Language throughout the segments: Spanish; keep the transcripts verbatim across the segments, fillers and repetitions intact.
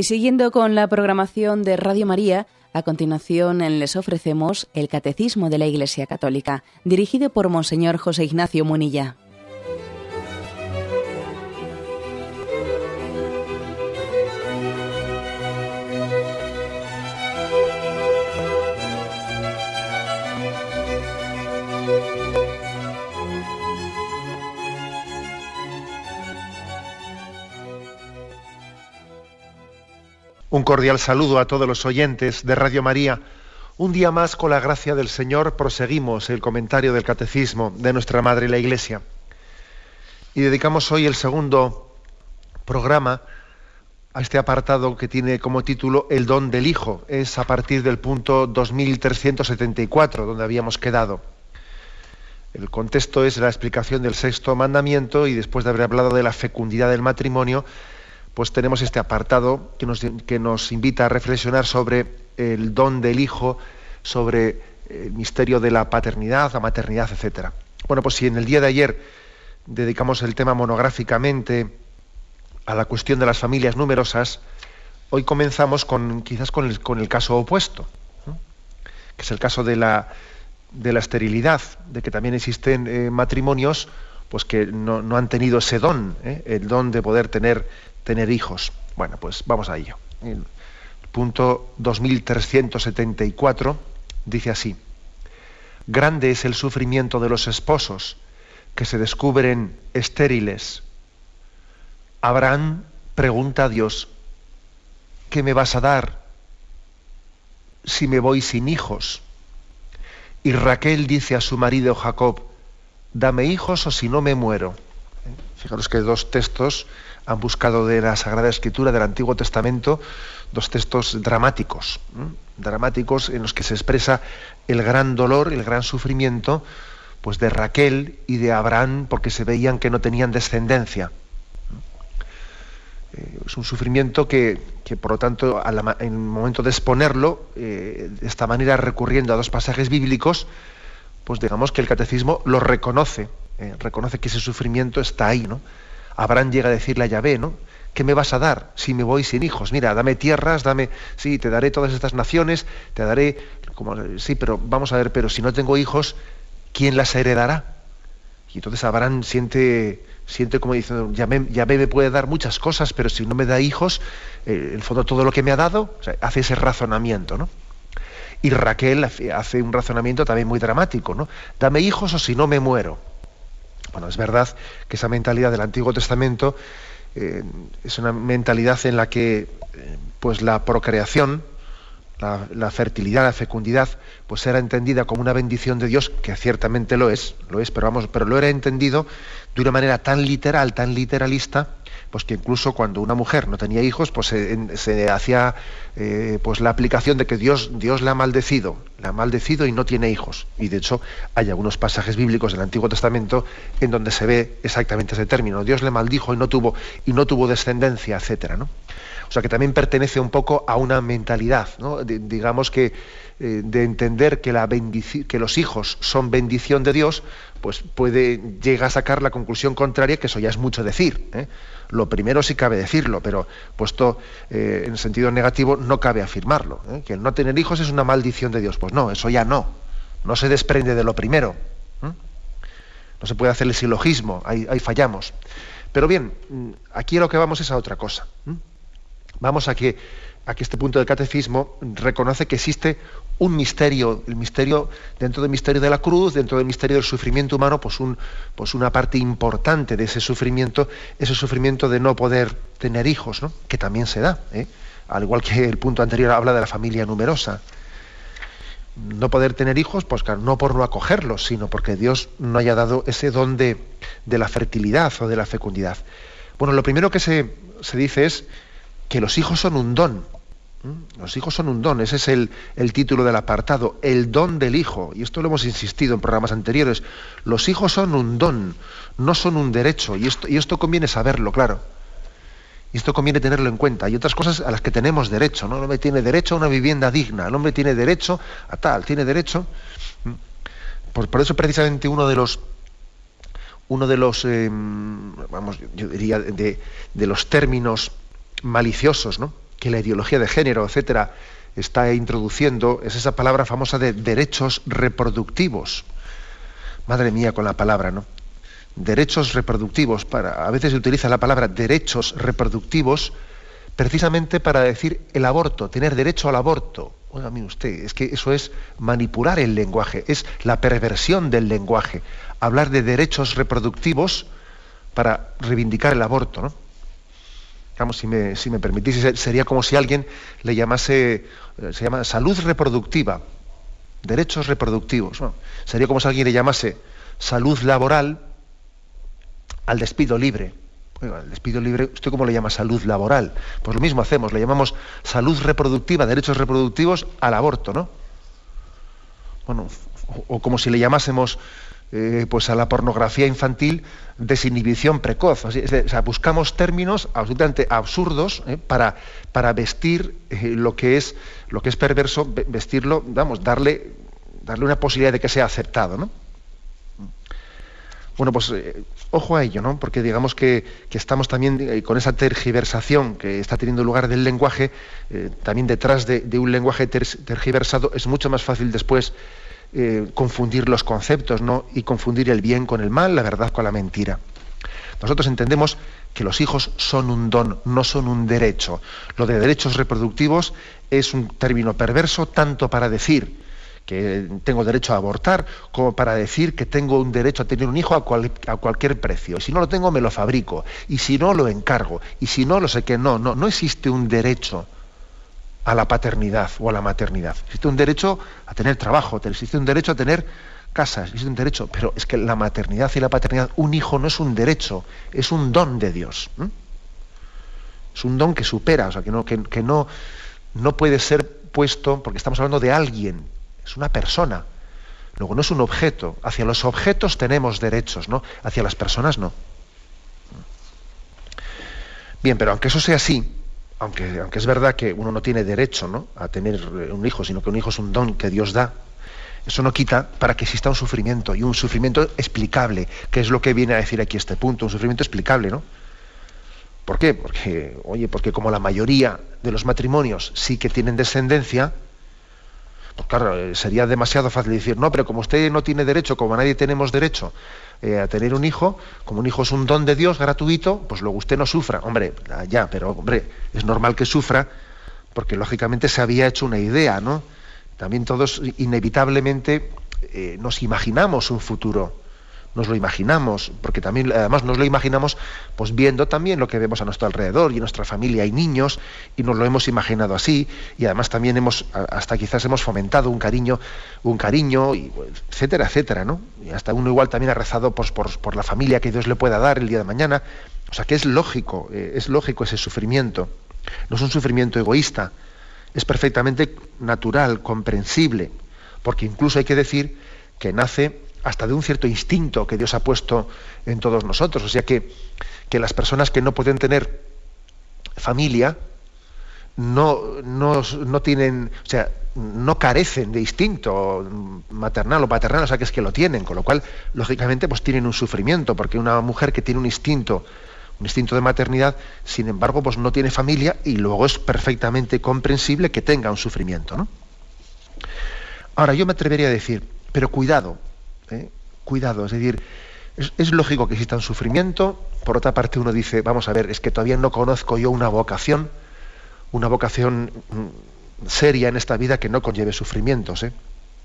Y siguiendo con la programación de Radio María, a continuación les ofrecemos el Catecismo de la Iglesia Católica, dirigido por Monseñor José Ignacio Munilla. Un cordial saludo a todos los oyentes de Radio María. Un día más, con la gracia del Señor, proseguimos el comentario del Catecismo de nuestra Madre la Iglesia. Y dedicamos hoy el segundo programa a este apartado que tiene como título El don del Hijo. Es a partir del punto dos mil trescientos setenta y cuatro, donde habíamos quedado. El contexto es la explicación del sexto mandamiento, y después de haber hablado de la fecundidad del matrimonio, pues tenemos este apartado que nos, que nos invita a reflexionar sobre el don del Hijo, sobre el misterio de la paternidad, la maternidad, etcétera. Bueno, pues si en el día de ayer dedicamos el tema monográficamente a la cuestión de las familias numerosas, hoy comenzamos con quizás con el, con el caso opuesto, ¿no? Que es el caso de la, de la esterilidad, de que también existen eh, matrimonios pues que no, no han tenido ese don, ¿eh? el don de poder tener tener hijos. Bueno, pues vamos a ello. El punto dos mil trescientos setenta y cuatro dice así: grande es el sufrimiento de los esposos que se descubren estériles. Abraham pregunta a Dios: ¿qué me vas a dar si me voy sin hijos? Y Raquel dice a su marido Jacob: dame hijos o si no me muero. Fijaros que dos textos han buscado de la Sagrada Escritura del Antiguo Testamento, dos textos dramáticos, ¿eh? dramáticos en los que se expresa el gran dolor, el gran sufrimiento, pues de Raquel y de Abraham, porque se veían que no tenían descendencia. Eh, es un sufrimiento que, que por lo tanto, a la, en el momento de exponerlo, eh, de esta manera recurriendo a dos pasajes bíblicos, pues digamos que el Catecismo lo reconoce, eh, reconoce que ese sufrimiento está ahí, ¿no? Abraham llega a decirle a Yahvé, ¿no? ¿Qué me vas a dar si me voy sin hijos? Mira, dame tierras, dame, sí, te daré todas estas naciones, te daré, como, sí, pero vamos a ver, pero si no tengo hijos, ¿quién las heredará? Y entonces Abraham siente, siente como diciendo, Yahvé, Yahvé me puede dar muchas cosas, pero si no me da hijos, eh, en el fondo todo lo que me ha dado, o sea, hace ese razonamiento, ¿no? Y Raquel hace un razonamiento también muy dramático, ¿no? Dame hijos o si no me muero. Bueno, es verdad que esa mentalidad del Antiguo Testamento eh, es una mentalidad en la que eh, pues la procreación, la, la fertilidad, la fecundidad, pues era entendida como una bendición de Dios, que ciertamente lo es, lo es, pero vamos, pero lo era entendido de una manera tan literal, tan literalista, pues que incluso cuando una mujer no tenía hijos, pues se, se hacía eh, pues la aplicación de que Dios, Dios la ha maldecido, la ha maldecido y no tiene hijos. Y de hecho hay algunos pasajes bíblicos del Antiguo Testamento en donde se ve exactamente ese término: Dios le maldijo y no tuvo, y no tuvo descendencia, etcétera, ¿no? O sea que también pertenece un poco a una mentalidad, ¿no? De, digamos que eh, de entender que, la bendici- que los hijos son bendición de Dios, pues puede llega a sacar la conclusión contraria, que eso ya es mucho decir, ¿eh? Lo primero sí cabe decirlo, pero puesto eh, en sentido negativo no cabe afirmarlo, ¿eh? Que el no tener hijos es una maldición de Dios. Pues no, eso ya no. No se desprende de lo primero, ¿eh? No se puede hacer el silogismo, ahí, ahí fallamos. Pero bien, aquí lo que vamos es a otra cosa, ¿eh? Vamos a que, a que este punto del Catecismo reconoce que existe un misterio, el misterio, dentro del misterio de la cruz, dentro del misterio del sufrimiento humano, pues, un, pues una parte importante de ese sufrimiento, ese sufrimiento de no poder tener hijos, ¿no? Que también se da, ¿eh? Al igual que el punto anterior habla de la familia numerosa. No poder tener hijos, pues claro, no por no acogerlos, sino porque Dios no haya dado ese don de, de la fertilidad o de la fecundidad. Bueno, lo primero que se, se dice es que los hijos son un don. Los hijos son un don, ese es el, el título del apartado, el don del hijo, y esto lo hemos insistido en programas anteriores. Los hijos son un don, no son un derecho, y esto, y esto conviene saberlo, claro. Y esto conviene tenerlo en cuenta. Hay otras cosas a las que tenemos derecho, ¿no? El hombre tiene derecho a una vivienda digna, el hombre tiene derecho a tal, tiene derecho. Por, por eso precisamente uno de los uno de los eh, vamos, yo diría de, de los términos maliciosos, ¿no? que la ideología de género, etcétera, está introduciendo es esa palabra famosa de derechos reproductivos. Madre mía con la palabra, ¿no? Derechos reproductivos. Para, a veces se utiliza la palabra derechos reproductivos precisamente para decir el aborto, tener derecho al aborto. Oiga, mire usted, es que eso es manipular el lenguaje, es la perversión del lenguaje. Hablar de derechos reproductivos para reivindicar el aborto, ¿no? Vamos, si me, si me permitís, sería como si alguien le llamase, se llama salud reproductiva, derechos reproductivos. Bueno, sería como si alguien le llamase salud laboral al despido libre. Oiga, el despido libre, ¿usted cómo le llama salud laboral? Pues lo mismo hacemos, le llamamos salud reproductiva, derechos reproductivos al aborto, ¿no? Bueno, o, o como si le llamásemos eh, pues a la pornografía infantil desinhibición precoz. Así, es de, o sea, buscamos términos absolutamente absurdos eh, para, para vestir eh, lo que es lo que es perverso, vestirlo, vamos, darle, darle una posibilidad de que sea aceptado, ¿no? Bueno, pues eh, ojo a ello, ¿no? Porque digamos que, que estamos también eh, con esa tergiversación que está teniendo lugar del lenguaje, eh, también detrás de, de un lenguaje ter, tergiversado es mucho más fácil después eh, confundir los conceptos, ¿no? Y confundir el bien con el mal, la verdad con la mentira. Nosotros entendemos que los hijos son un don, no son un derecho. Lo de derechos reproductivos es un término perverso tanto para decir que tengo derecho a abortar, como para decir que tengo un derecho a tener un hijo a, cual, a cualquier precio. Y si no lo tengo, me lo fabrico. Y si no, lo encargo. Y si no, lo sé que no. No, no existe un derecho a la paternidad o a la maternidad. Existe un derecho a tener trabajo, existe un derecho a tener casa, existe un derecho. Pero es que la maternidad y la paternidad, un hijo no es un derecho, es un don de Dios. ¿Mm? Es un don que supera, o sea, que no, que, que no, no puede ser puesto, porque estamos hablando de alguien. Es una persona. Luego no es un objeto. Hacia los objetos tenemos derechos, ¿no? Hacia las personas no. Bien, pero aunque eso sea así, aunque, aunque es verdad que uno no tiene derecho, ¿no?, a tener un hijo, sino que un hijo es un don que Dios da, eso no quita para que exista un sufrimiento, y un sufrimiento explicable, que es lo que viene a decir aquí este punto, un sufrimiento explicable, ¿no? ¿Por qué? Porque, oye, porque como la mayoría de los matrimonios sí que tienen descendencia, pues claro, sería demasiado fácil decir, no, pero como usted no tiene derecho, como nadie tenemos derecho eh, a tener un hijo, como un hijo es un don de Dios gratuito, pues luego usted no sufra. Hombre, ya, pero hombre, es normal que sufra, porque lógicamente se había hecho una idea, ¿no? También todos inevitablemente eh, nos imaginamos un futuro, nos lo imaginamos, porque también además nos lo imaginamos pues viendo también lo que vemos a nuestro alrededor, y en nuestra familia hay niños y nos lo hemos imaginado así, y además también hemos hasta quizás hemos fomentado un cariño, un cariño, y, etcétera, etcétera, ¿no? Y hasta uno igual también ha rezado pues, por, por la familia que Dios le pueda dar el día de mañana. O sea que es lógico, eh, es lógico ese sufrimiento. No es un sufrimiento egoísta, es perfectamente natural, comprensible, porque incluso hay que decir que nace hasta de un cierto instinto que Dios ha puesto en todos nosotros. O sea que, que las personas que no pueden tener familia no, no, no tienen, o sea, no carecen de instinto maternal o paternal, o sea que es que lo tienen, con lo cual, lógicamente, pues tienen un sufrimiento, porque una mujer que tiene un instinto, un instinto de maternidad, sin embargo, pues no tiene familia, y luego es perfectamente comprensible que tenga un sufrimiento, ¿no? Ahora, yo me atrevería a decir, pero cuidado, ¿Eh? cuidado, es decir, es, es lógico que exista un sufrimiento. Por otra parte uno dice, vamos a ver, es que todavía no conozco yo una vocación, una vocación mm, seria en esta vida que no conlleve sufrimientos, ¿eh?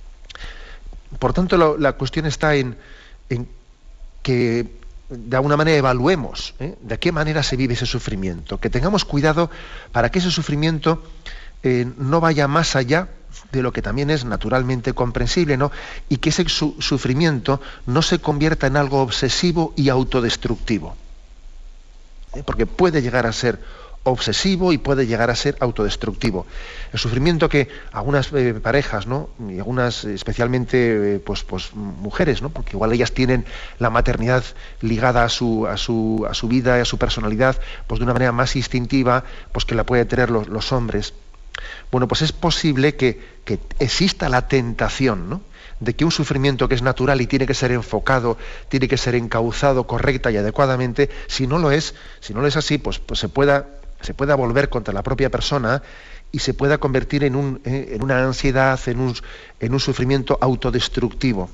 Por tanto, lo, la cuestión está en, en que de alguna manera evaluemos ¿eh? de qué manera se vive ese sufrimiento, que tengamos cuidado para que ese sufrimiento eh, no vaya más allá de lo que también es naturalmente comprensible, ¿no? Y que ese su- sufrimiento no se convierta en algo obsesivo y autodestructivo. ¿Eh? Porque puede llegar a ser obsesivo y puede llegar a ser autodestructivo. El sufrimiento que algunas eh, parejas, ¿no?, y algunas especialmente eh, pues, pues mujeres, ¿no?, porque igual ellas tienen la maternidad ligada a su, a su, a su vida y a su personalidad, pues de una manera más instintiva, pues que la pueden tener los, los hombres. Bueno, pues es posible que, que exista la tentación, ¿no?, de que un sufrimiento que es natural y tiene que ser enfocado, tiene que ser encauzado correcta y adecuadamente, si no lo es, si no lo es así, pues, pues se pueda se pueda volver contra la propia persona y se pueda convertir en, un, eh, en una ansiedad, en un, en un sufrimiento autodestructivo.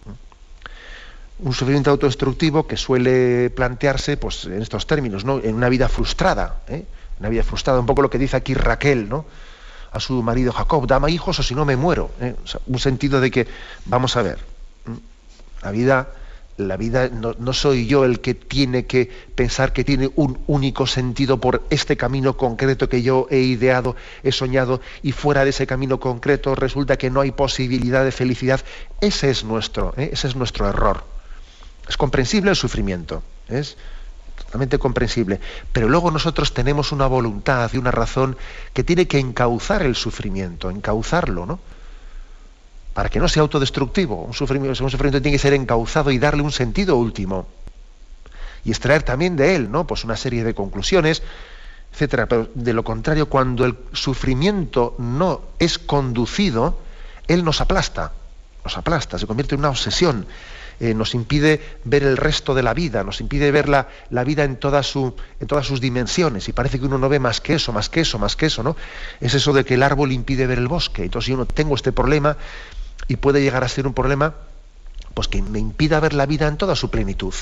Un sufrimiento autodestructivo que suele plantearse pues, en estos términos, ¿no? En una vida frustrada, ¿eh? Una vida frustrada, un poco lo que dice aquí Raquel, ¿no? A su marido Jacob, dame hijos o si no me muero. ¿eh? O sea, un sentido de que, vamos a ver, la vida, la vida no, no soy yo el que tiene que pensar que tiene un único sentido por este camino concreto que yo he ideado, he soñado, y fuera de ese camino concreto resulta que no hay posibilidad de felicidad. Ese es nuestro, ¿eh? ese es nuestro error. Es comprensible el sufrimiento, es totalmente comprensible, pero luego nosotros tenemos una voluntad y una razón que tiene que encauzar el sufrimiento, encauzarlo, ¿no? Para que no sea autodestructivo. Un sufrimiento, un sufrimiento tiene que ser encauzado y darle un sentido último. Y extraer también de él, ¿no? Pues una serie de conclusiones, etcétera. Pero de lo contrario, cuando el sufrimiento no es conducido, él nos aplasta, nos aplasta, se convierte en una obsesión. Eh, nos impide ver el resto de la vida, nos impide ver la, la vida en, toda su, en todas sus dimensiones, y parece que uno no ve más que eso, más que eso, más que eso, ¿no? Es eso de que el árbol impide ver el bosque. Entonces, si yo no tengo este problema, y puede llegar a ser un problema pues que me impida ver la vida en toda su plenitud.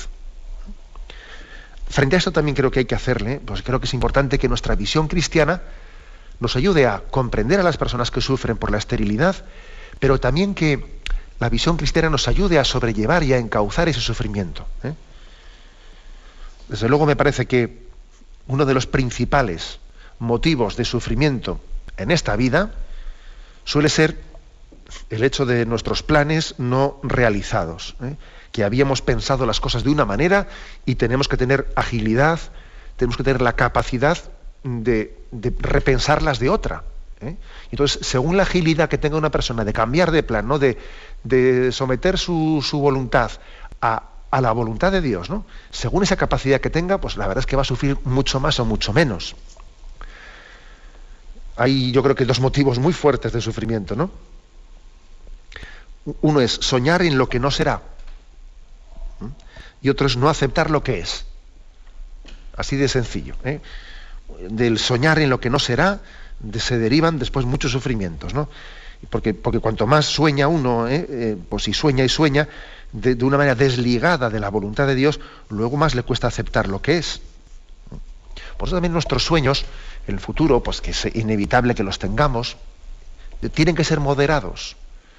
Frente a esto también creo que hay que hacerle, pues creo que es importante que nuestra visión cristiana nos ayude a comprender a las personas que sufren por la esterilidad, pero también que la visión cristiana nos ayude a sobrellevar y a encauzar ese sufrimiento. ¿eh? Desde luego me parece que uno de los principales motivos de sufrimiento en esta vida suele ser el hecho de nuestros planes no realizados, ¿eh? que habíamos pensado las cosas de una manera y tenemos que tener agilidad, tenemos que tener la capacidad de, de repensarlas de otra. ¿eh? Entonces, según la agilidad que tenga una persona de cambiar de plan, ¿no? de, de someter su, su voluntad a, a la voluntad de Dios, ¿no? Según esa capacidad que tenga, pues la verdad es que va a sufrir mucho más o mucho menos. Hay, yo creo que dos motivos muy fuertes de sufrimiento, ¿no? Uno es soñar en lo que no será, ¿eh? y otro es no aceptar lo que es. Así de sencillo. ¿eh? Del soñar en lo que no será, de, se derivan después muchos sufrimientos, ¿no? Porque, porque cuanto más sueña uno, ¿eh? Eh, pues si sueña y sueña de, de una manera desligada de la voluntad de Dios, luego más le cuesta aceptar lo que es. Por eso también nuestros sueños, en el futuro, pues que es inevitable que los tengamos, tienen que ser moderados.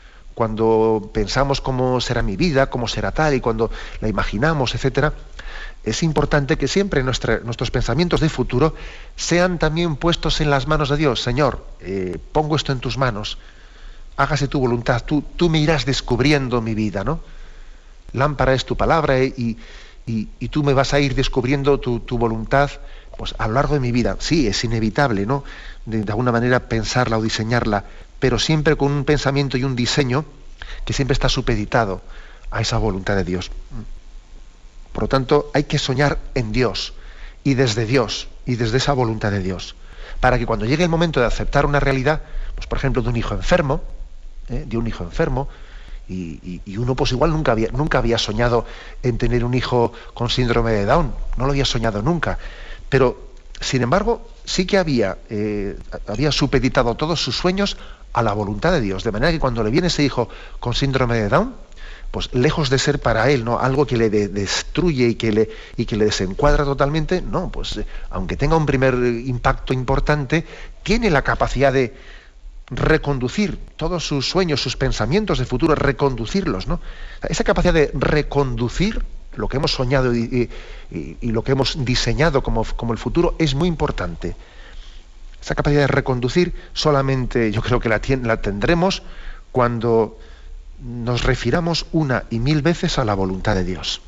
Cuando pensamos cómo será mi vida, cómo será tal, y cuando la imaginamos, etcétera, es importante que siempre nuestra, nuestros pensamientos de futuro sean también puestos en las manos de Dios. Señor, eh, pongo esto en tus manos, hágase tu voluntad, tú, tú me irás descubriendo mi vida, ¿no? Lámpara es tu palabra, eh, y, y, y tú me vas a ir descubriendo tu, tu voluntad pues, a lo largo de mi vida. Sí, es inevitable, ¿no? De, de alguna manera pensarla o diseñarla, pero siempre con un pensamiento y un diseño que siempre está supeditado a esa voluntad de Dios. Por lo tanto, hay que soñar en Dios, y desde Dios, y desde esa voluntad de Dios, para que cuando llegue el momento de aceptar una realidad, pues por ejemplo de un hijo enfermo, ¿eh? de un hijo enfermo, y, y, y uno pues igual nunca había, nunca había soñado en tener un hijo con síndrome de Down, no lo había soñado nunca, pero sin embargo sí que había, eh, había supeditado todos sus sueños a la voluntad de Dios, de manera que cuando le viene ese hijo con síndrome de Down, pues lejos de ser para él, ¿no?, algo que le de, destruye y que le, y que le desencuadra totalmente, no, pues eh, aunque tenga un primer impacto importante, tiene la capacidad de reconducir todos sus sueños, sus pensamientos de futuro, reconducirlos, ¿no? Esa capacidad de reconducir lo que hemos soñado y, y, y lo que hemos diseñado como, como el futuro es muy importante. Esa capacidad de reconducir solamente yo creo que la, la tendremos cuando nos refiramos una y mil veces a la voluntad de Dios.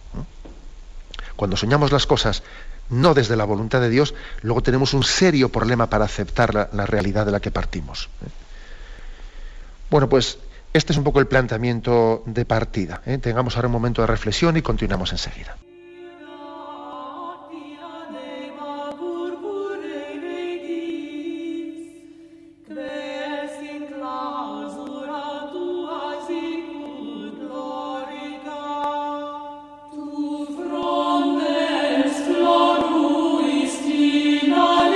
Cuando soñamos las cosas no desde la voluntad de Dios, luego tenemos un serio problema para aceptar la, la realidad de la que partimos. Bueno, pues este es un poco el planteamiento de partida. ¿eh? Tengamos ahora un momento de reflexión y continuamos enseguida. Gloria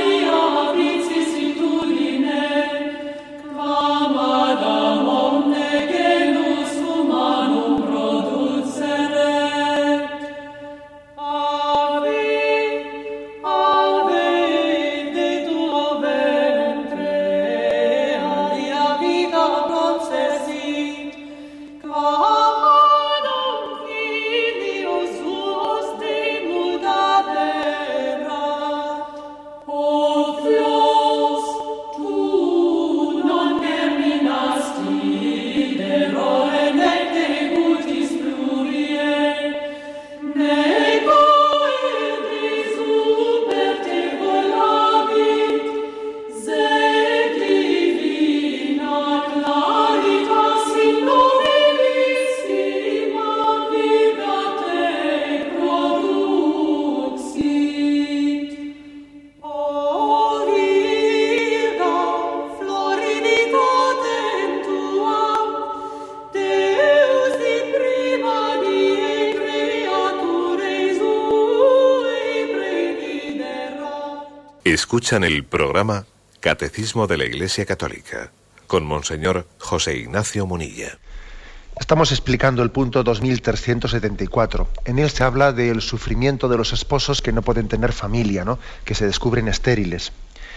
Escuchan el programa Catecismo de la Iglesia Católica con Monseñor José Ignacio Munilla. Estamos explicando el punto dos mil trescientos setenta y cuatro. En él se habla del sufrimiento de los esposos que no pueden tener familia, ¿no? Que se descubren estériles.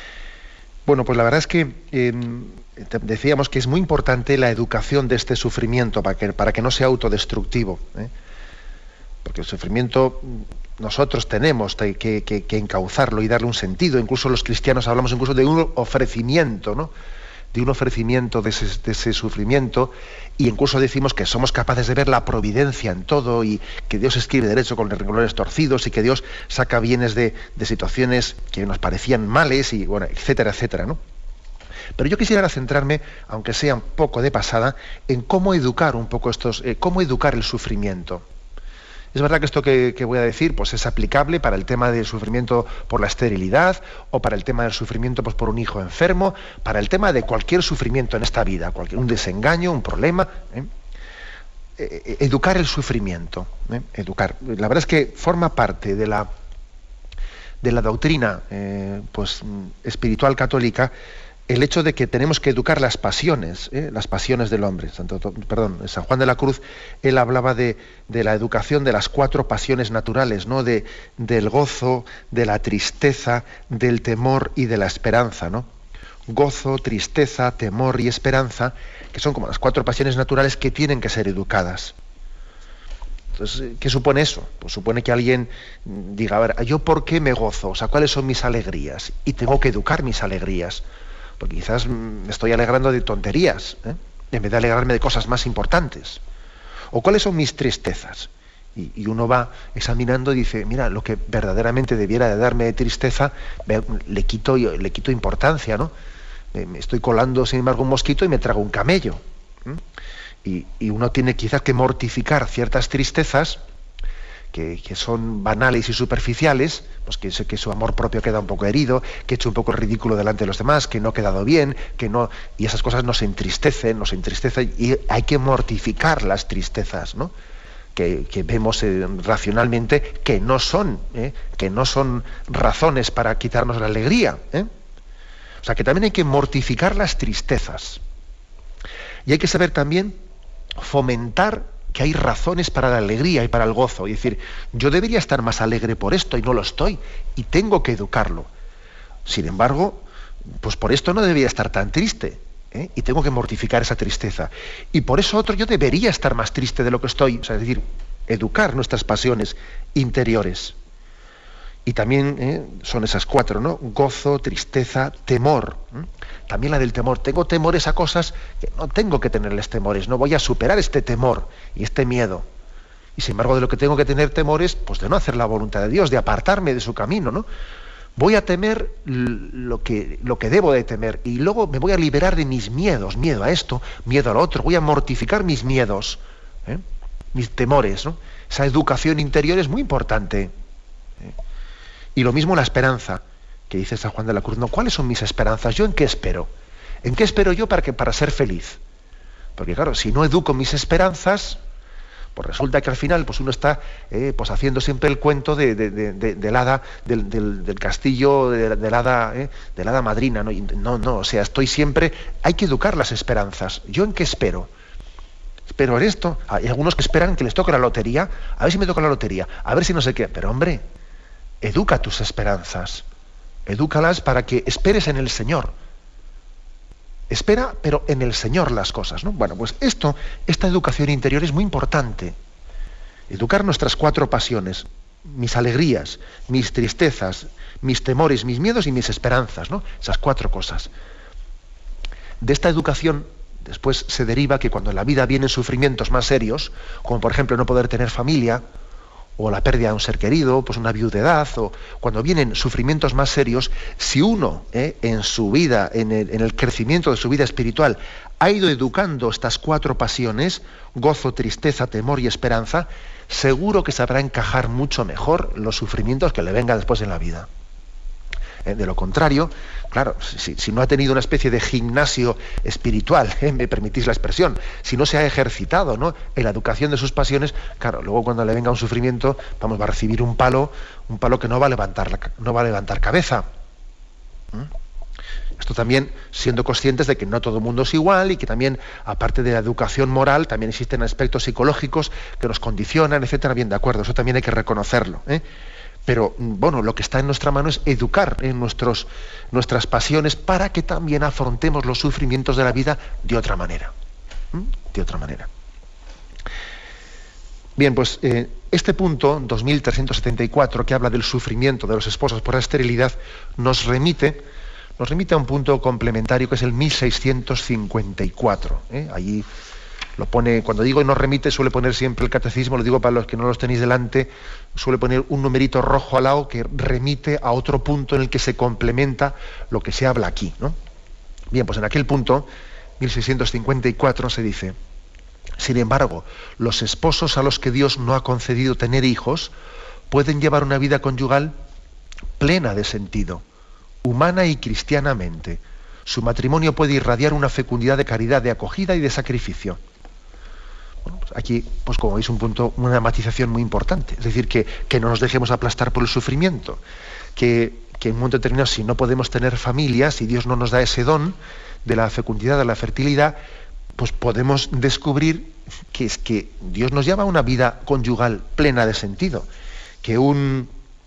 Bueno, pues la verdad es que eh, decíamos que es muy importante la educación de este sufrimiento para que, para que no sea autodestructivo, ¿eh? Porque el sufrimiento nosotros tenemos que, que, que encauzarlo y darle un sentido. Incluso los cristianos hablamos incluso de un ofrecimiento, ¿no? de un ofrecimiento de ese, de ese sufrimiento, y incluso decimos que somos capaces de ver la providencia en todo y que Dios escribe derecho con renglones torcidos y que Dios saca bienes de, de situaciones que nos parecían males, y bueno, etcétera, etcétera, ¿no? Pero yo quisiera centrarme, aunque sea un poco de pasada, en cómo educar un poco estos, eh, cómo educar el sufrimiento. Es verdad que esto que, que voy a decir pues es aplicable para el tema del sufrimiento por la esterilidad, o para el tema del sufrimiento pues, por un hijo enfermo, para el tema de cualquier sufrimiento en esta vida, cualquier, un desengaño, un problema. ¿eh? Eh, educar el sufrimiento. ¿eh? Educar. La verdad es que forma parte de la, de la doctrina eh, pues, espiritual católica el hecho de que tenemos que educar las pasiones, ¿eh? las pasiones del hombre. Santo, perdón, San Juan de la Cruz, él hablaba de, de la educación de las cuatro pasiones naturales, ¿no? De, del gozo, de la tristeza, del temor y de la esperanza, ¿no? Gozo, tristeza, temor y esperanza, que son como las cuatro pasiones naturales que tienen que ser educadas. Entonces, ¿qué supone eso? Pues supone que alguien diga, a ver, ¿yo por qué me gozo? O sea, ¿cuáles son mis alegrías? Y tengo que educar mis alegrías. Porque quizás me estoy alegrando de tonterías, ¿eh? en vez de alegrarme de cosas más importantes. O cuáles son mis tristezas. Y, y uno va examinando y dice, mira, lo que verdaderamente debiera de darme tristeza, me, le, quito, le quito importancia, ¿no? Me, me estoy colando, sin embargo, un mosquito y me trago un camello. ¿eh? Y, y uno tiene quizás que mortificar ciertas tristezas Que, que son banales y superficiales, pues que, que su amor propio queda un poco herido, que he hecho un poco el ridículo delante de los demás, que no he quedado bien, que no, y esas cosas nos entristecen, nos entristecen, y hay que mortificar las tristezas, ¿no? Que, que vemos eh, racionalmente que no son, ¿eh? que no son razones para quitarnos la alegría, ¿eh? O sea, que también hay que mortificar las tristezas. Y hay que saber también fomentar que hay razones para la alegría y para el gozo, y decir, yo debería estar más alegre por esto y no lo estoy, y tengo que educarlo. Sin embargo, pues por esto no debería estar tan triste, ¿eh? y tengo que mortificar esa tristeza. Y por eso otro yo debería estar más triste de lo que estoy, o sea, es decir, educar nuestras pasiones interiores. Y también ¿eh? son esas cuatro, ¿no? Gozo, tristeza, temor. ¿eh? También la del temor. Tengo temores a cosas que no tengo que tenerles temores. No voy a superar este temor y este miedo. Y sin embargo, de lo que tengo que tener temores, pues de no hacer la voluntad de Dios, de apartarme de su camino, ¿no? Voy a temer lo que, lo que debo de temer. Y luego me voy a liberar de mis miedos. Miedo a esto, miedo a lo otro. Voy a mortificar mis miedos, ¿eh? mis temores, ¿no? Esa educación interior es muy importante. ¿eh? Y lo mismo la esperanza, que dice San Juan de la Cruz, ¿no? ¿Cuáles son mis esperanzas? ¿Yo en qué espero? ¿En qué espero yo para, que, para ser feliz? Porque claro, si no educo mis esperanzas, pues resulta que al final pues uno está eh, pues haciendo siempre el cuento de, de, de, de, del hada, del, del, del castillo, de, del hada, eh, del hada madrina, ¿no? Y no, no, o sea, estoy siempre, hay que educar las esperanzas. ¿Yo en qué espero? Espero en esto. Hay algunos que esperan que les toque la lotería, a ver si me toca la lotería, a ver si no sé qué, pero hombre, educa tus esperanzas, edúcalas para que esperes en el Señor. Espera, pero en el Señor las cosas, ¿no? Bueno, pues esto, esta educación interior es muy importante. Educar nuestras cuatro pasiones, mis alegrías, mis tristezas, mis temores, mis miedos y mis esperanzas, ¿no? Esas cuatro cosas. De esta educación después se deriva que cuando en la vida vienen sufrimientos más serios, como por ejemplo no poder tener familia, o la pérdida de un ser querido, pues una viudedad, o cuando vienen sufrimientos más serios, si uno eh, en su vida, en el, en el crecimiento de su vida espiritual, ha ido educando estas cuatro pasiones, gozo, tristeza, temor y esperanza, seguro que sabrá encajar mucho mejor los sufrimientos que le vengan después en la vida. Eh, de lo contrario, claro, si, si no ha tenido una especie de gimnasio espiritual, eh, me permitís la expresión, si no se ha ejercitado, ¿no?, en la educación de sus pasiones, claro, luego cuando le venga un sufrimiento, vamos, va a recibir un palo, un palo que no va a levantar, no va a levantar cabeza. Esto también siendo conscientes de que no todo el mundo es igual y que también, aparte de la educación moral, también existen aspectos psicológicos que nos condicionan, etcétera. Bien, de acuerdo, eso también hay que reconocerlo, ¿eh? Pero, bueno, lo que está en nuestra mano es educar en nuestros, nuestras pasiones para que también afrontemos los sufrimientos de la vida de otra manera. ¿Mm? De otra manera. Bien, pues eh, este punto, dos mil trescientos setenta y cuatro, que habla del sufrimiento de los esposos por la esterilidad, nos remite, nos remite a un punto complementario que es el mil seiscientos cincuenta y cuatro. ¿eh? Allí lo pone, cuando digo nos remite, suele poner siempre el catecismo, lo digo para los que no los tenéis delante, suele poner un numerito rojo al lado que remite a otro punto en el que se complementa lo que se habla aquí, ¿no? Bien, pues en aquel punto, mil seiscientos cincuenta y cuatro, se dice: sin embargo, los esposos a los que Dios no ha concedido tener hijos pueden llevar una vida conyugal plena de sentido, humana y cristianamente. Su matrimonio puede irradiar una fecundidad de caridad, de acogida y de sacrificio. Bueno, pues aquí, pues como veis, un punto, una matización muy importante. Es decir, que, que no nos dejemos aplastar por el sufrimiento. Que, que en un momento determinado, si no podemos tener familia, si Dios no nos da ese don de la fecundidad, de la fertilidad, pues podemos descubrir que es que Dios nos llama a una vida conyugal plena de sentido. Que un,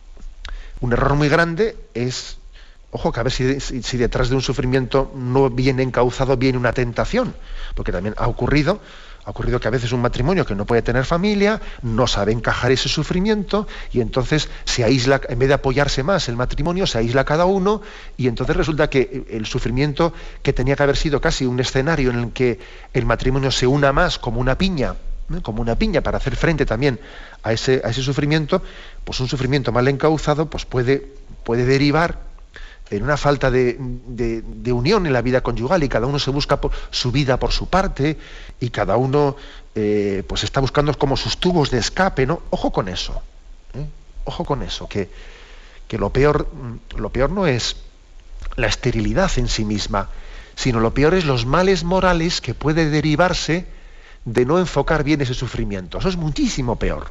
un error muy grande es, ojo, que a ver si, si, si detrás de un sufrimiento no viene encauzado, viene una tentación. Porque también ha ocurrido... Ha ocurrido que a veces un matrimonio que no puede tener familia no sabe encajar ese sufrimiento y entonces se aísla, en vez de apoyarse más el matrimonio, se aísla cada uno y entonces resulta que el sufrimiento que tenía que haber sido casi un escenario en el que el matrimonio se una más como una piña, ¿no? como una piña para hacer frente también a ese, a ese sufrimiento, pues un sufrimiento mal encauzado pues puede, puede derivar en una falta de, de, de unión en la vida conyugal y cada uno se busca por, su vida por su parte y cada uno eh, pues está buscando como sus tubos de escape, ¿no? Ojo con eso, ¿eh? Ojo con eso, que, que lo peor, lo peor no es la esterilidad en sí misma, sino lo peor es los males morales que puede derivarse de no enfocar bien ese sufrimiento. Eso es muchísimo peor.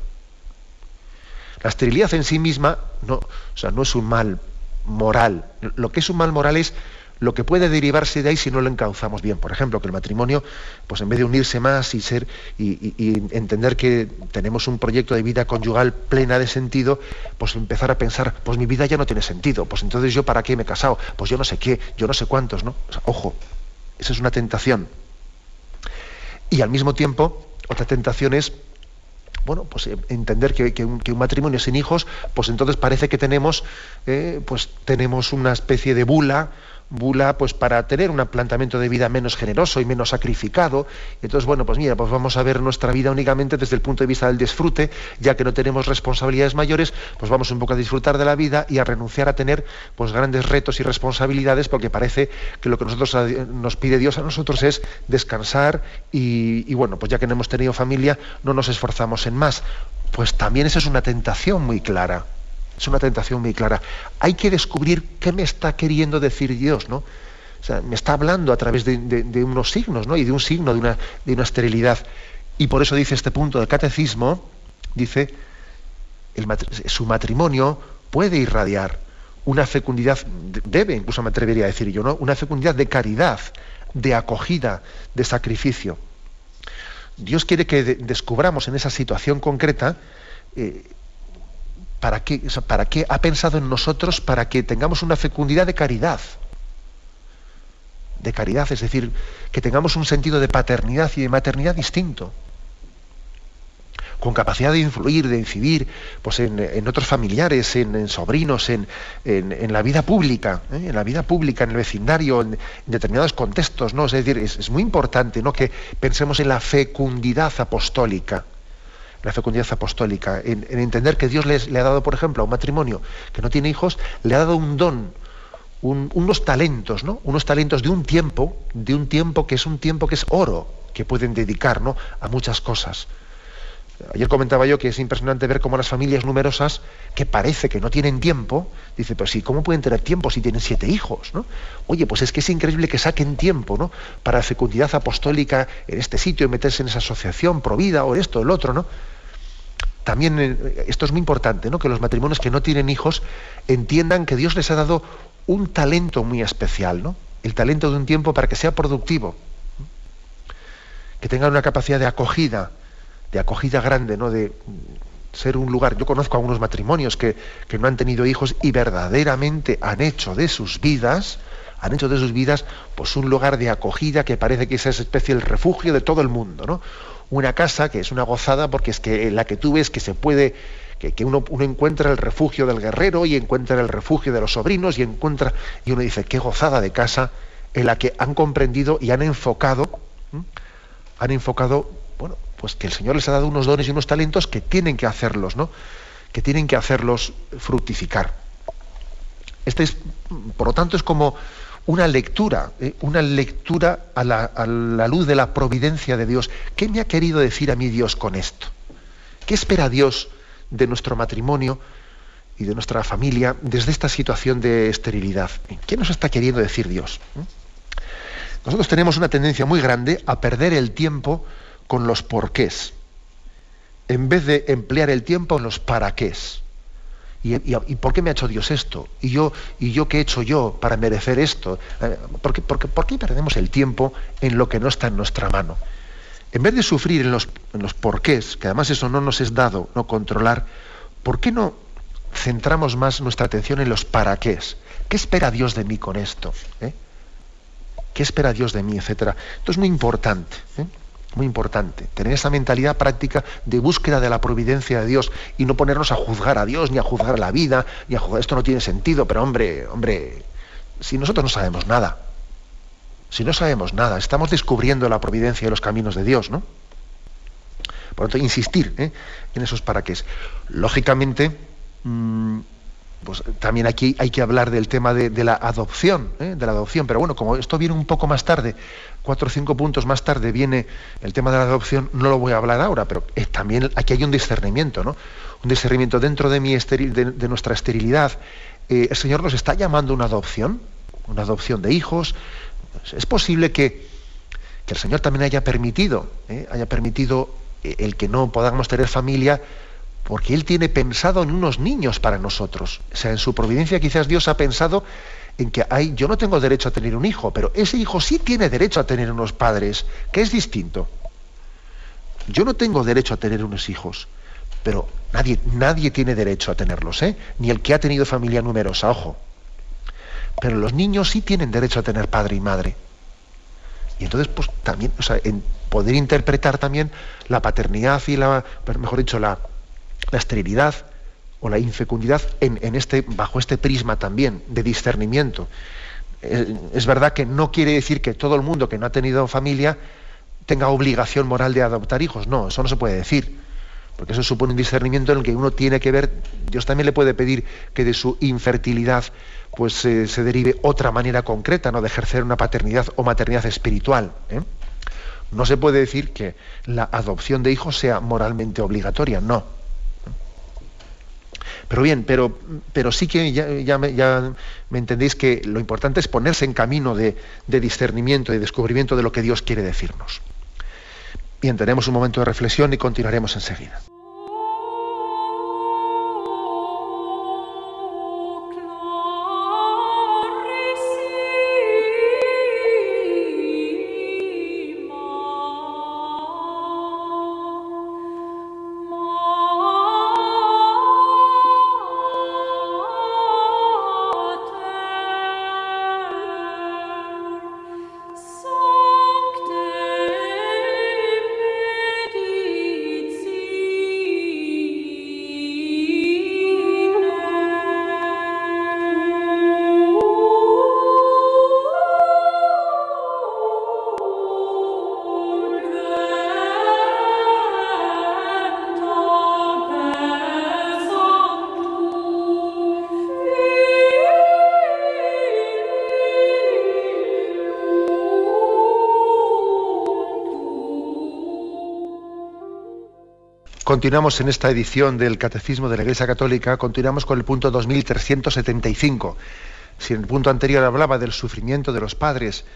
La esterilidad en sí misma no, o sea, no es un mal moral. Lo que es un mal moral es lo que puede derivarse de ahí si no lo encauzamos bien. Por ejemplo, que el matrimonio, pues en vez de unirse más y ser y, y, y entender que tenemos un proyecto de vida conyugal plena de sentido, pues empezar a pensar, pues mi vida ya no tiene sentido, pues entonces yo para qué me he casado, pues yo no sé qué, yo no sé cuántos, ¿no? O sea, ojo, esa es una tentación. Y al mismo tiempo, otra tentación es, bueno, pues entender que, que, un, que un matrimonio sin hijos, pues entonces parece que tenemos, eh, pues tenemos una especie de bula, bula pues para tener un planteamiento de vida menos generoso y menos sacrificado. Entonces, bueno, pues mira, pues vamos a ver nuestra vida únicamente desde el punto de vista del disfrute, ya que no tenemos responsabilidades mayores, pues vamos un poco a disfrutar de la vida y a renunciar a tener pues grandes retos y responsabilidades, porque parece que lo que nosotros nos pide Dios a nosotros es descansar y, y bueno, pues ya que no hemos tenido familia, no nos esforzamos en más. Pues también esa es una tentación muy clara. Es una tentación muy clara. Hay que descubrir qué me está queriendo decir Dios, ¿no? O sea, me está hablando a través de, de, de unos signos, ¿no? Y de un signo, de una, de una esterilidad. Y por eso dice este punto del catecismo, dice, el matri- su matrimonio puede irradiar una fecundidad, debe, incluso me atrevería a decir yo, ¿no? Una fecundidad de caridad, de acogida, de sacrificio. Dios quiere que de- descubramos en esa situación concreta eh, ¿Para qué, o sea, ¿Para qué ha pensado en nosotros para que tengamos una fecundidad de caridad? De caridad, es decir, que tengamos un sentido de paternidad y de maternidad distinto, con capacidad de influir, de incidir pues en, en otros familiares, en, en sobrinos, en, en, en la vida pública, ¿eh? en la vida pública, en el vecindario, en, en determinados contextos, ¿no? Es decir, es, es muy importante, ¿no?, que pensemos en la fecundidad apostólica. La fecundidad apostólica, en, en entender que Dios les, le ha dado, por ejemplo, a un matrimonio que no tiene hijos, le ha dado un don, un, unos talentos, ¿no? Unos talentos de un tiempo, de un tiempo que es un tiempo que es oro, que pueden dedicar, ¿no?, a muchas cosas. Ayer comentaba yo que es impresionante ver cómo las familias numerosas, que parece que no tienen tiempo, dice, pero sí, ¿cómo pueden tener tiempo si tienen siete hijos, ¿no? Oye, pues es que es increíble que saquen tiempo, ¿no?, para fecundidad apostólica en este sitio, y meterse en esa asociación Provida o esto, el otro, ¿no? También esto es muy importante, ¿no?, que los matrimonios que no tienen hijos entiendan que Dios les ha dado un talento muy especial, ¿no? El talento de un tiempo para que sea productivo, que tengan una capacidad de acogida, de acogida grande, ¿no? De ser un lugar. Yo conozco algunos matrimonios que, que no han tenido hijos y verdaderamente han hecho de sus vidas, han hecho de sus vidas, pues un lugar de acogida que parece que es esa especie del refugio de todo el mundo, ¿no? Una casa que es una gozada porque es que la que tú ves que se puede, que, que uno, uno encuentra el refugio del guerrero y encuentra el refugio de los sobrinos y encuentra, y uno dice, qué gozada de casa en la que han comprendido y han enfocado, ¿m? han enfocado, bueno, pues que el Señor les ha dado unos dones y unos talentos que tienen que hacerlos, ¿no? Que tienen que hacerlos fructificar. Este es, por lo tanto, es como una lectura, ¿eh? una lectura a la, a la luz de la providencia de Dios. ¿Qué me ha querido decir a mí Dios con esto? ¿Qué espera Dios de nuestro matrimonio y de nuestra familia desde esta situación de esterilidad? ¿Qué nos está queriendo decir Dios? Nosotros tenemos una tendencia muy grande a perder el tiempo con los porqués, en vez de emplear el tiempo en los paraqués. ¿Y, y, y por qué me ha hecho Dios esto? ¿Y yo, y yo qué he hecho yo para merecer esto? ¿Por qué, por qué, por qué perdemos el tiempo en lo que no está en nuestra mano? En vez de sufrir en los, en los porqués, que además eso no nos es dado, no controlar, ¿por qué no centramos más nuestra atención en los paraqués? ¿Qué espera Dios de mí con esto? ¿Eh? ¿Qué espera Dios de mí? Etcétera. Esto es muy importante, ¿eh? Muy importante, tener esa mentalidad práctica de búsqueda de la providencia de Dios y no ponernos a juzgar a Dios, ni a juzgar la vida, ni a juzgar, esto no tiene sentido, pero hombre, hombre, si nosotros no sabemos nada, si no sabemos nada, estamos descubriendo la providencia y los caminos de Dios, ¿no? Por lo tanto, insistir ¿eh? en esos paraqués. Lógicamente, mmm, pues también aquí hay que hablar del tema de, de la adopción, ¿eh? de la adopción, pero bueno, como esto viene un poco más tarde, cuatro o cinco puntos más tarde viene el tema de la adopción, no lo voy a hablar ahora, pero eh, también aquí hay un discernimiento, ¿no? Un discernimiento dentro de, mi esteril, de, de nuestra esterilidad. Eh, el Señor nos está llamando a una adopción, una adopción de hijos. Es posible que, que el Señor también haya permitido, ¿eh? haya permitido el que no podamos tener familia, porque Él tiene pensado en unos niños para nosotros. O sea, en su providencia quizás Dios ha pensado en que hay, yo no tengo derecho a tener un hijo, pero ese hijo sí tiene derecho a tener unos padres, que es distinto. Yo no tengo derecho a tener unos hijos, pero nadie, nadie tiene derecho a tenerlos, ¿eh? Ni el que ha tenido familia numerosa, ojo. Pero los niños sí tienen derecho a tener padre y madre. Y entonces, pues también, o sea, en poder interpretar también la paternidad y la, mejor dicho, la la esterilidad o la infecundidad en, en este, bajo este prisma también de discernimiento. Eh, es verdad que no quiere decir que todo el mundo que no ha tenido familia tenga obligación moral de adoptar hijos. No, eso no se puede decir, porque eso supone un discernimiento en el que uno tiene que ver. Dios también le puede pedir que de su infertilidad pues eh, se derive otra manera concreta, ¿no?, de ejercer una paternidad o maternidad espiritual, ¿eh? No se puede decir que la adopción de hijos sea moralmente obligatoria, no. Pero bien, pero, pero sí que ya, ya, me, ya me entendéis que lo importante es ponerse en camino de, de discernimiento y de descubrimiento de lo que Dios quiere decirnos. Bien, tenemos un momento de reflexión y continuaremos enseguida. Continuamos en esta edición del Catecismo de la Iglesia Católica, continuamos con el punto dos mil trescientos setenta y cinco. Si en el punto anterior hablaba del sufrimiento de los padres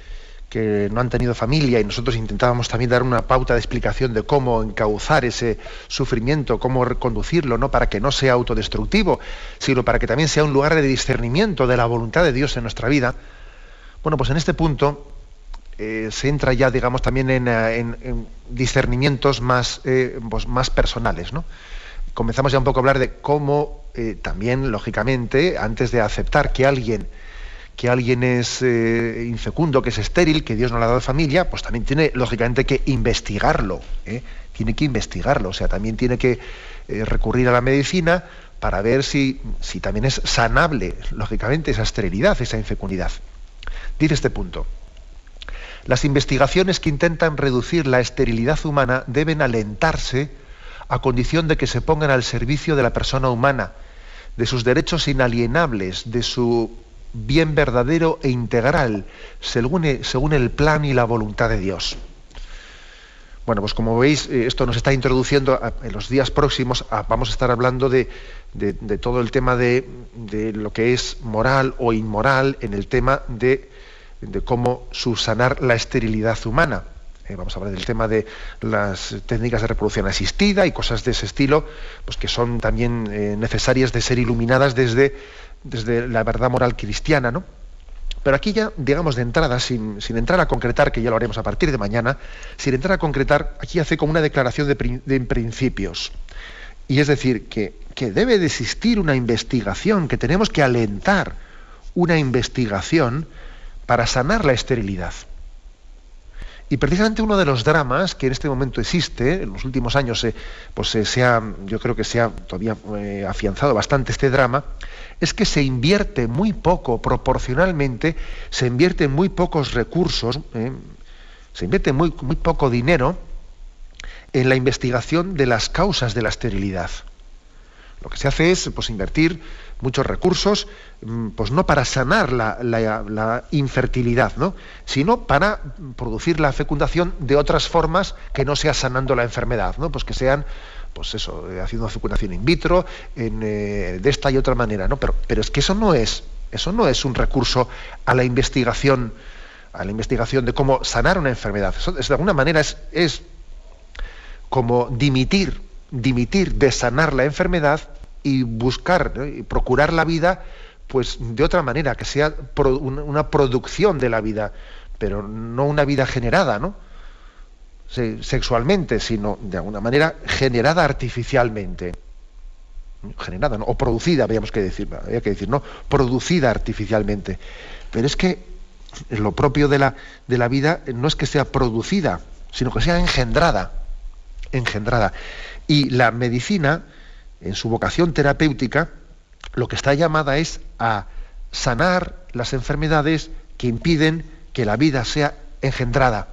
que no han tenido familia, y nosotros intentábamos también dar una pauta de explicación de cómo encauzar ese sufrimiento, cómo reconducirlo, no para que no sea autodestructivo, sino para que también sea un lugar de discernimiento de la voluntad de Dios en nuestra vida. Bueno, pues en este punto eh, se entra ya, digamos, también en, en, en discernimientos más, eh, pues más personales, ¿no? Comenzamos ya un poco a hablar de cómo eh, también, lógicamente, antes de aceptar que alguien que alguien es eh, infecundo, que es estéril, que Dios no le ha dado familia, pues también tiene, lógicamente, que investigarlo, ¿eh? Tiene que investigarlo, o sea, también tiene que eh, recurrir a la medicina para ver si, si también es sanable, lógicamente, esa esterilidad, esa infecundidad. Dice este punto: las investigaciones que intentan reducir la esterilidad humana deben alentarse a condición de que se pongan al servicio de la persona humana, de sus derechos inalienables, de su bien verdadero e integral, según, según el plan y la voluntad de Dios. Bueno, pues como veis, esto nos está introduciendo a, en los días próximos, a, vamos a estar hablando de, de, de todo el tema de, de lo que es moral o inmoral, en el tema de, de cómo subsanar la esterilidad humana. Eh, vamos a hablar del tema de las técnicas de reproducción asistida y cosas de ese estilo, pues que son también eh, necesarias de ser iluminadas desde desde la verdad moral cristiana, ¿no? Pero aquí ya, digamos, de entrada, sin, sin entrar a concretar, que ya lo haremos a partir de mañana, sin entrar a concretar, aquí hace como una declaración de, de principios. Y es decir, que, que debe de existir una investigación, que tenemos que alentar una investigación para sanar la esterilidad. Y precisamente uno de los dramas que en este momento existe, en los últimos años eh, pues, eh, se ha, yo creo que se ha todavía eh, afianzado bastante este drama, es que se invierte muy poco, proporcionalmente, se invierte muy pocos recursos, eh, se invierte muy, muy poco dinero en la investigación de las causas de la esterilidad. Lo que se hace es pues, invertir muchos recursos, pues no para sanar la, la, la infertilidad, ¿no? Sino para producir la fecundación de otras formas que no sea sanando la enfermedad, ¿no? Pues que sean, pues eso, haciendo fecundación in vitro, en, eh, de esta y otra manera, ¿no? Pero, pero es que eso no es, eso no es un recurso a la investigación, a la investigación de cómo sanar una enfermedad. Eso, de alguna manera es, es como dimitir, dimitir de sanar la enfermedad y buscar, ¿no? Y procurar la vida pues de otra manera, que sea pro, una, una producción de la vida, pero no una vida generada, ¿no? Se, sexualmente, sino de alguna manera generada artificialmente. Generada, ¿no? O producida, habíamos que decir, había que decir, ¿no? Producida artificialmente. Pero es que lo propio de la, de la vida no es que sea producida, sino que sea engendrada. Engendrada. Y la medicina, en su vocación terapéutica, lo que está llamada es a sanar las enfermedades que impiden que la vida sea engendrada,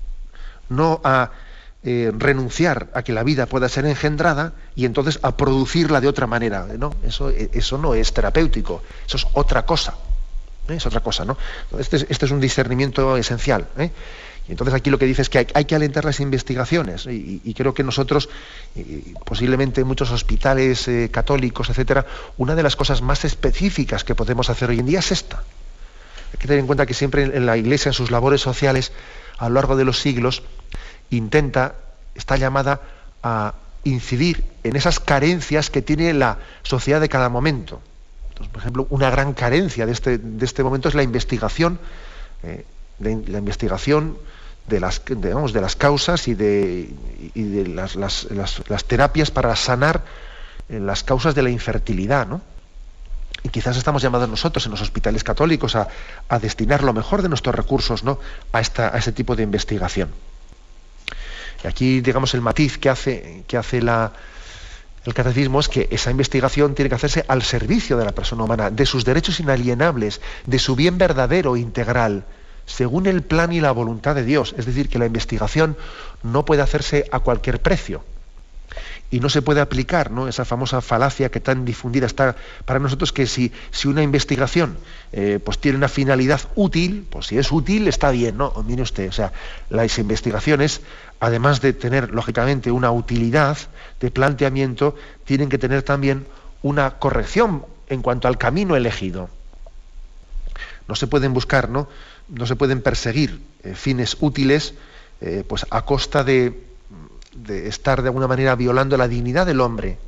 no a eh, renunciar a que la vida pueda ser engendrada y entonces a producirla de otra manera, ¿no? Eso, eso no es terapéutico, eso es otra cosa, ¿eh? Es otra cosa, ¿no? Este es, este es un discernimiento esencial, ¿eh? Y entonces aquí lo que dice es que hay, hay que alentar las investigaciones, y, y creo que nosotros, y posiblemente en muchos hospitales eh, católicos, etcétera, una de las cosas más específicas que podemos hacer hoy en día es esta. Hay que tener en cuenta que siempre en la Iglesia, en sus labores sociales, a lo largo de los siglos, intenta, está llamada a incidir en esas carencias que tiene la sociedad de cada momento. Entonces, por ejemplo, una gran carencia de este, de este momento es la investigación, eh, de, la investigación de las, digamos, de las causas y de, y de las, las, las, las terapias para sanar eh, las causas de la infertilidad, ¿no? Y quizás estamos llamados nosotros en los hospitales católicos a, a destinar lo mejor de nuestros recursos, ¿no? a, esta, a este tipo de investigación. Y aquí, digamos, el matiz que hace, que hace la, el catecismo es que esa investigación tiene que hacerse al servicio de la persona humana, de sus derechos inalienables, de su bien verdadero e integral, según el plan y la voluntad de Dios. Es decir, que la investigación no puede hacerse a cualquier precio. Y no se puede aplicar, ¿no?, esa famosa falacia que tan difundida está para nosotros, que si, si una investigación eh, pues tiene una finalidad útil, pues si es útil está bien, ¿no? O mire usted, o sea, las investigaciones, además de tener lógicamente una utilidad de planteamiento, tienen que tener también una corrección en cuanto al camino elegido. No se pueden buscar, ¿no?, no se pueden perseguir eh, fines útiles eh, pues a costa de, de estar de alguna manera violando la dignidad del hombre.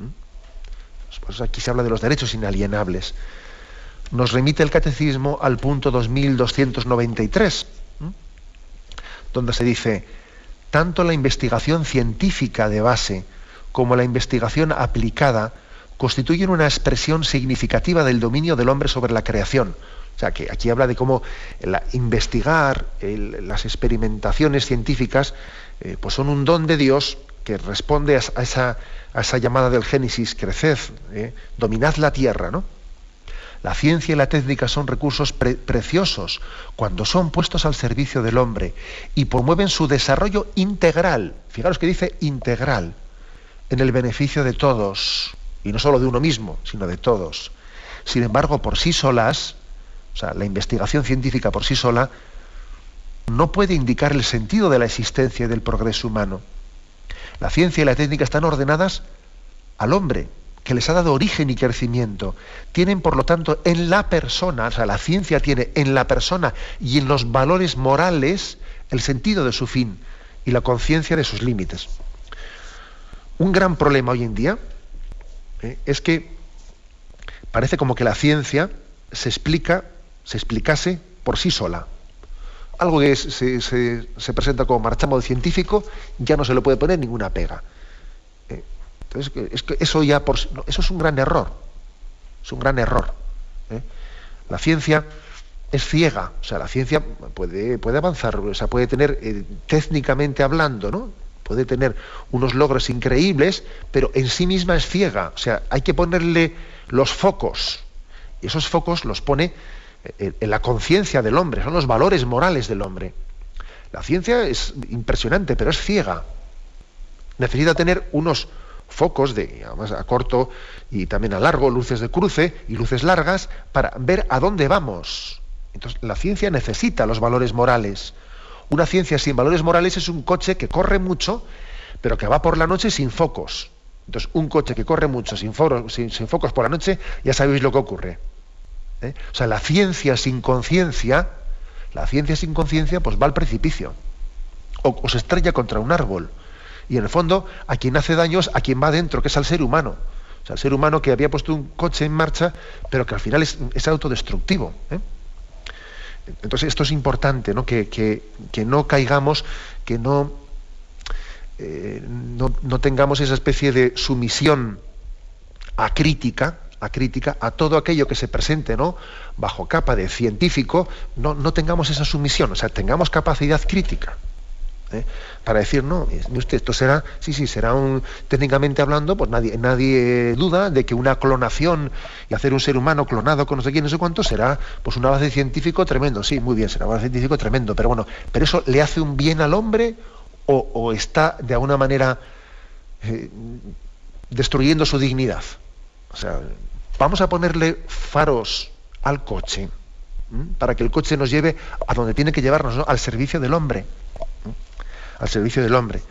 ¿Mm? Pues aquí se habla de los derechos inalienables. Nos remite el Catecismo al punto dos mil doscientos noventa y tres, ¿Mm? donde se dice: tanto la investigación científica de base como la investigación aplicada constituyen una expresión significativa del dominio del hombre sobre la creación. O sea, que aquí habla de cómo la, investigar el, las experimentaciones científicas eh, pues son un don de Dios que responde a, a, esa, a esa llamada del Génesis: creced, eh, dominad la tierra, ¿no? La ciencia y la técnica son recursos pre- preciosos cuando son puestos al servicio del hombre y promueven su desarrollo integral. Fijaros que dice integral, en el beneficio de todos, y no solo de uno mismo, sino de todos. Sin embargo, por sí solas, o sea, la investigación científica por sí sola, no puede indicar el sentido de la existencia y del progreso humano. La ciencia y la técnica están ordenadas al hombre, que les ha dado origen y crecimiento. Tienen, por lo tanto, en la persona, o sea, la ciencia tiene en la persona y en los valores morales el sentido de su fin y la conciencia de sus límites. Un gran problema hoy en día eh, es que parece como que la ciencia se explica, se explicase por sí sola. Algo que es, se, se, se presenta como marchamo científico, ya no se le puede poner ninguna pega. Eh, entonces, es que eso ya por, no, eso es un gran error. Es un gran error. ¿eh? La ciencia es ciega, o sea, la ciencia puede, puede avanzar, o sea, puede tener, eh, técnicamente hablando, ¿no? Puede tener unos logros increíbles, pero en sí misma es ciega. O sea, hay que ponerle los focos. Y esos focos los pone en la conciencia del hombre, son los valores morales del hombre. La ciencia es impresionante, pero es ciega. Necesita tener unos focos, de, además a corto y también a largo, luces de cruce y luces largas, para ver a dónde vamos. Entonces, la ciencia necesita los valores morales. Una ciencia sin valores morales es un coche que corre mucho, pero que va por la noche sin focos. Entonces, un coche que corre mucho sin, foros, sin, sin focos por la noche, ya sabéis lo que ocurre. ¿Eh? O sea, la ciencia sin conciencia, la ciencia sin conciencia, pues va al precipicio. O, o se estrella contra un árbol. Y en el fondo, a quien hace daño es a quien va adentro, que es al ser humano. O sea, el ser humano que había puesto un coche en marcha, pero que al final es, es autodestructivo. ¿eh? Entonces esto es importante, ¿no? Que, que, que no caigamos, que no, eh, no, no tengamos esa especie de sumisión acrítica, acrítica a todo aquello que se presente, ¿no? Bajo capa de científico, no, no tengamos esa sumisión, o sea, tengamos capacidad crítica. ¿eh? Para decir, no, usted, esto será, sí, sí, será un, técnicamente hablando, pues nadie, nadie duda de que una clonación y hacer un ser humano clonado con no sé quién, no sé cuánto, será pues un avance científico tremendo, sí, muy bien, será un avance científico tremendo, pero bueno, ¿pero eso le hace un bien al hombre o, o está de alguna manera eh, destruyendo su dignidad? O sea, vamos a ponerle faros al coche, ¿m? para que el coche nos lleve a donde tiene que llevarnos, ¿no? Al servicio del hombre. Al servicio del hombre.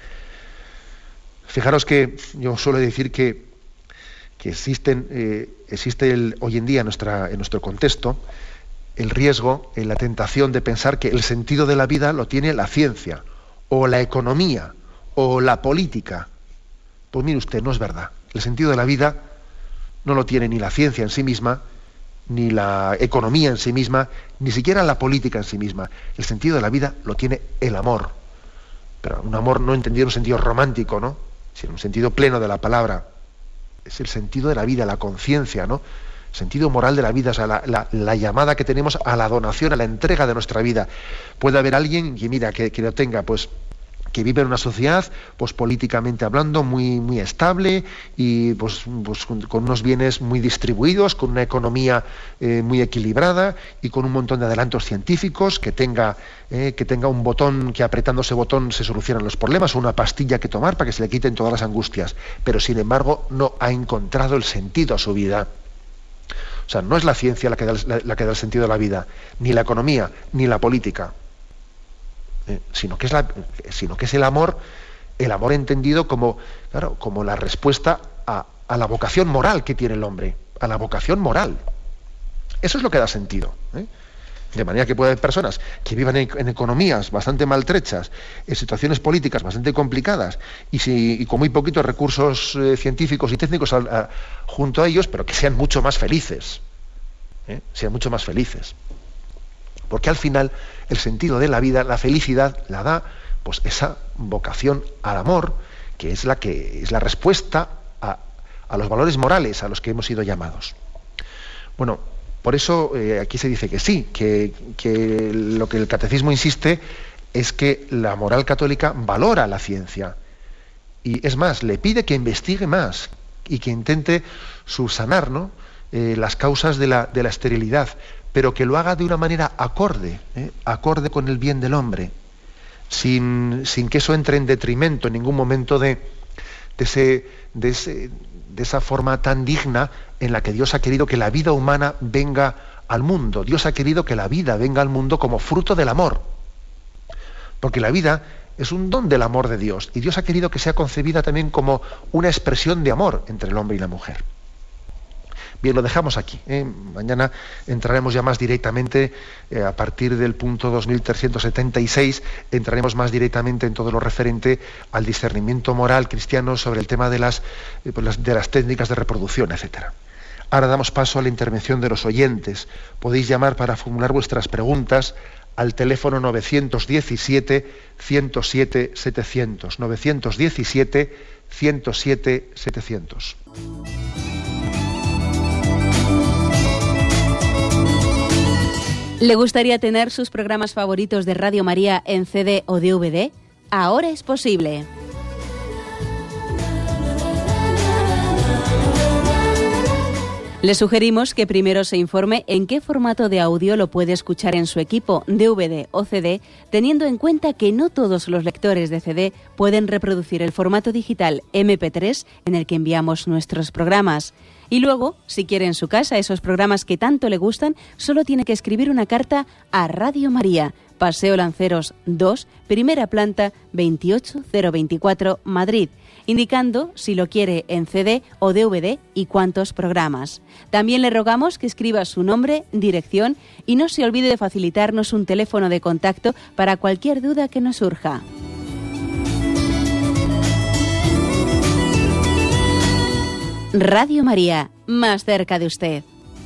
Fijaros que yo suelo decir que, que existen, eh, existe el, hoy en día en, nuestra, en nuestro contexto el riesgo, eh, la tentación de pensar que el sentido de la vida lo tiene la ciencia, o la economía, o la política. Pues mire usted, no es verdad. El sentido de la vida no lo tiene ni la ciencia en sí misma, ni la economía en sí misma, ni siquiera la política en sí misma. El sentido de la vida lo tiene el amor. Pero un amor no entendido en un sentido romántico, ¿no? Sino en un sentido pleno de la palabra. Es el sentido de la vida, la conciencia, ¿no? El sentido moral de la vida, o sea, la, la, la llamada que tenemos a la donación, a la entrega de nuestra vida. Puede haber alguien que, mira, que, que lo tenga, pues, que vive en una sociedad, pues políticamente hablando, muy, muy estable y pues, pues con, con unos bienes muy distribuidos, con una economía eh, muy equilibrada y con un montón de adelantos científicos, que tenga, eh, que tenga un botón, que apretando ese botón se solucionan los problemas, o una pastilla que tomar para que se le quiten todas las angustias, pero sin embargo no ha encontrado el sentido a su vida. O sea, no es la ciencia la que da, la, la que da el sentido a la vida, ni la economía, ni la política. Eh, sino que es la, sino que es el amor, el amor entendido como, claro, como la respuesta a, a la vocación moral que tiene el hombre, a la vocación moral. Eso es lo que da sentido. ¿eh? De manera que puede haber personas que vivan en, en economías bastante maltrechas, en situaciones políticas bastante complicadas, y, si, y con muy poquitos recursos eh, científicos y técnicos a, a, junto a ellos, pero que sean mucho más felices. ¿eh? Sean mucho más felices. Porque al final el sentido de la vida, la felicidad, la da pues esa vocación al amor, que es la que es la respuesta a, a los valores morales a los que hemos sido llamados. Bueno, por eso eh, aquí se dice que sí, que, que lo que el catecismo insiste es que la moral católica valora la ciencia. Y es más, le pide que investigue más y que intente subsanar, ¿no? eh, las causas de la, de la esterilidad, pero que lo haga de una manera acorde, ¿eh? acorde con el bien del hombre, sin, sin que eso entre en detrimento en ningún momento de, de, ese, de, ese, de esa forma tan digna en la que Dios ha querido que la vida humana venga al mundo. Dios ha querido que la vida venga al mundo como fruto del amor, porque la vida es un don del amor de Dios, y Dios ha querido que sea concebida también como una expresión de amor entre el hombre y la mujer. Bien, lo dejamos aquí. ¿eh? Mañana entraremos ya más directamente, eh, a partir del punto dos mil trescientos setenta y seis, entraremos más directamente en todo lo referente al discernimiento moral cristiano sobre el tema de las, eh, de las técnicas de reproducción, etcétera. Ahora damos paso a la intervención de los oyentes. Podéis llamar para formular vuestras preguntas al teléfono novecientos diecisiete, ciento siete, setecientos. novecientos diecisiete, ciento siete, setecientos. ¿Le gustaría tener sus programas favoritos de Radio María en C D o D V D? Ahora es posible. Le sugerimos que primero se informe en qué formato de audio lo puede escuchar en su equipo D V D o C D, teniendo en cuenta que no todos los lectores de C D pueden reproducir el formato digital eme pe tres en el que enviamos nuestros programas. Y luego, si quiere en su casa esos programas que tanto le gustan, solo tiene que escribir una carta a Radio María, Paseo Lanceros dos, primera planta, veintiocho mil veinticuatro, Madrid, indicando si lo quiere en C D o D V D y cuántos programas. También le rogamos que escriba su nombre, dirección y no se olvide de facilitarnos un teléfono de contacto para cualquier duda que nos surja. Radio María, más cerca de usted.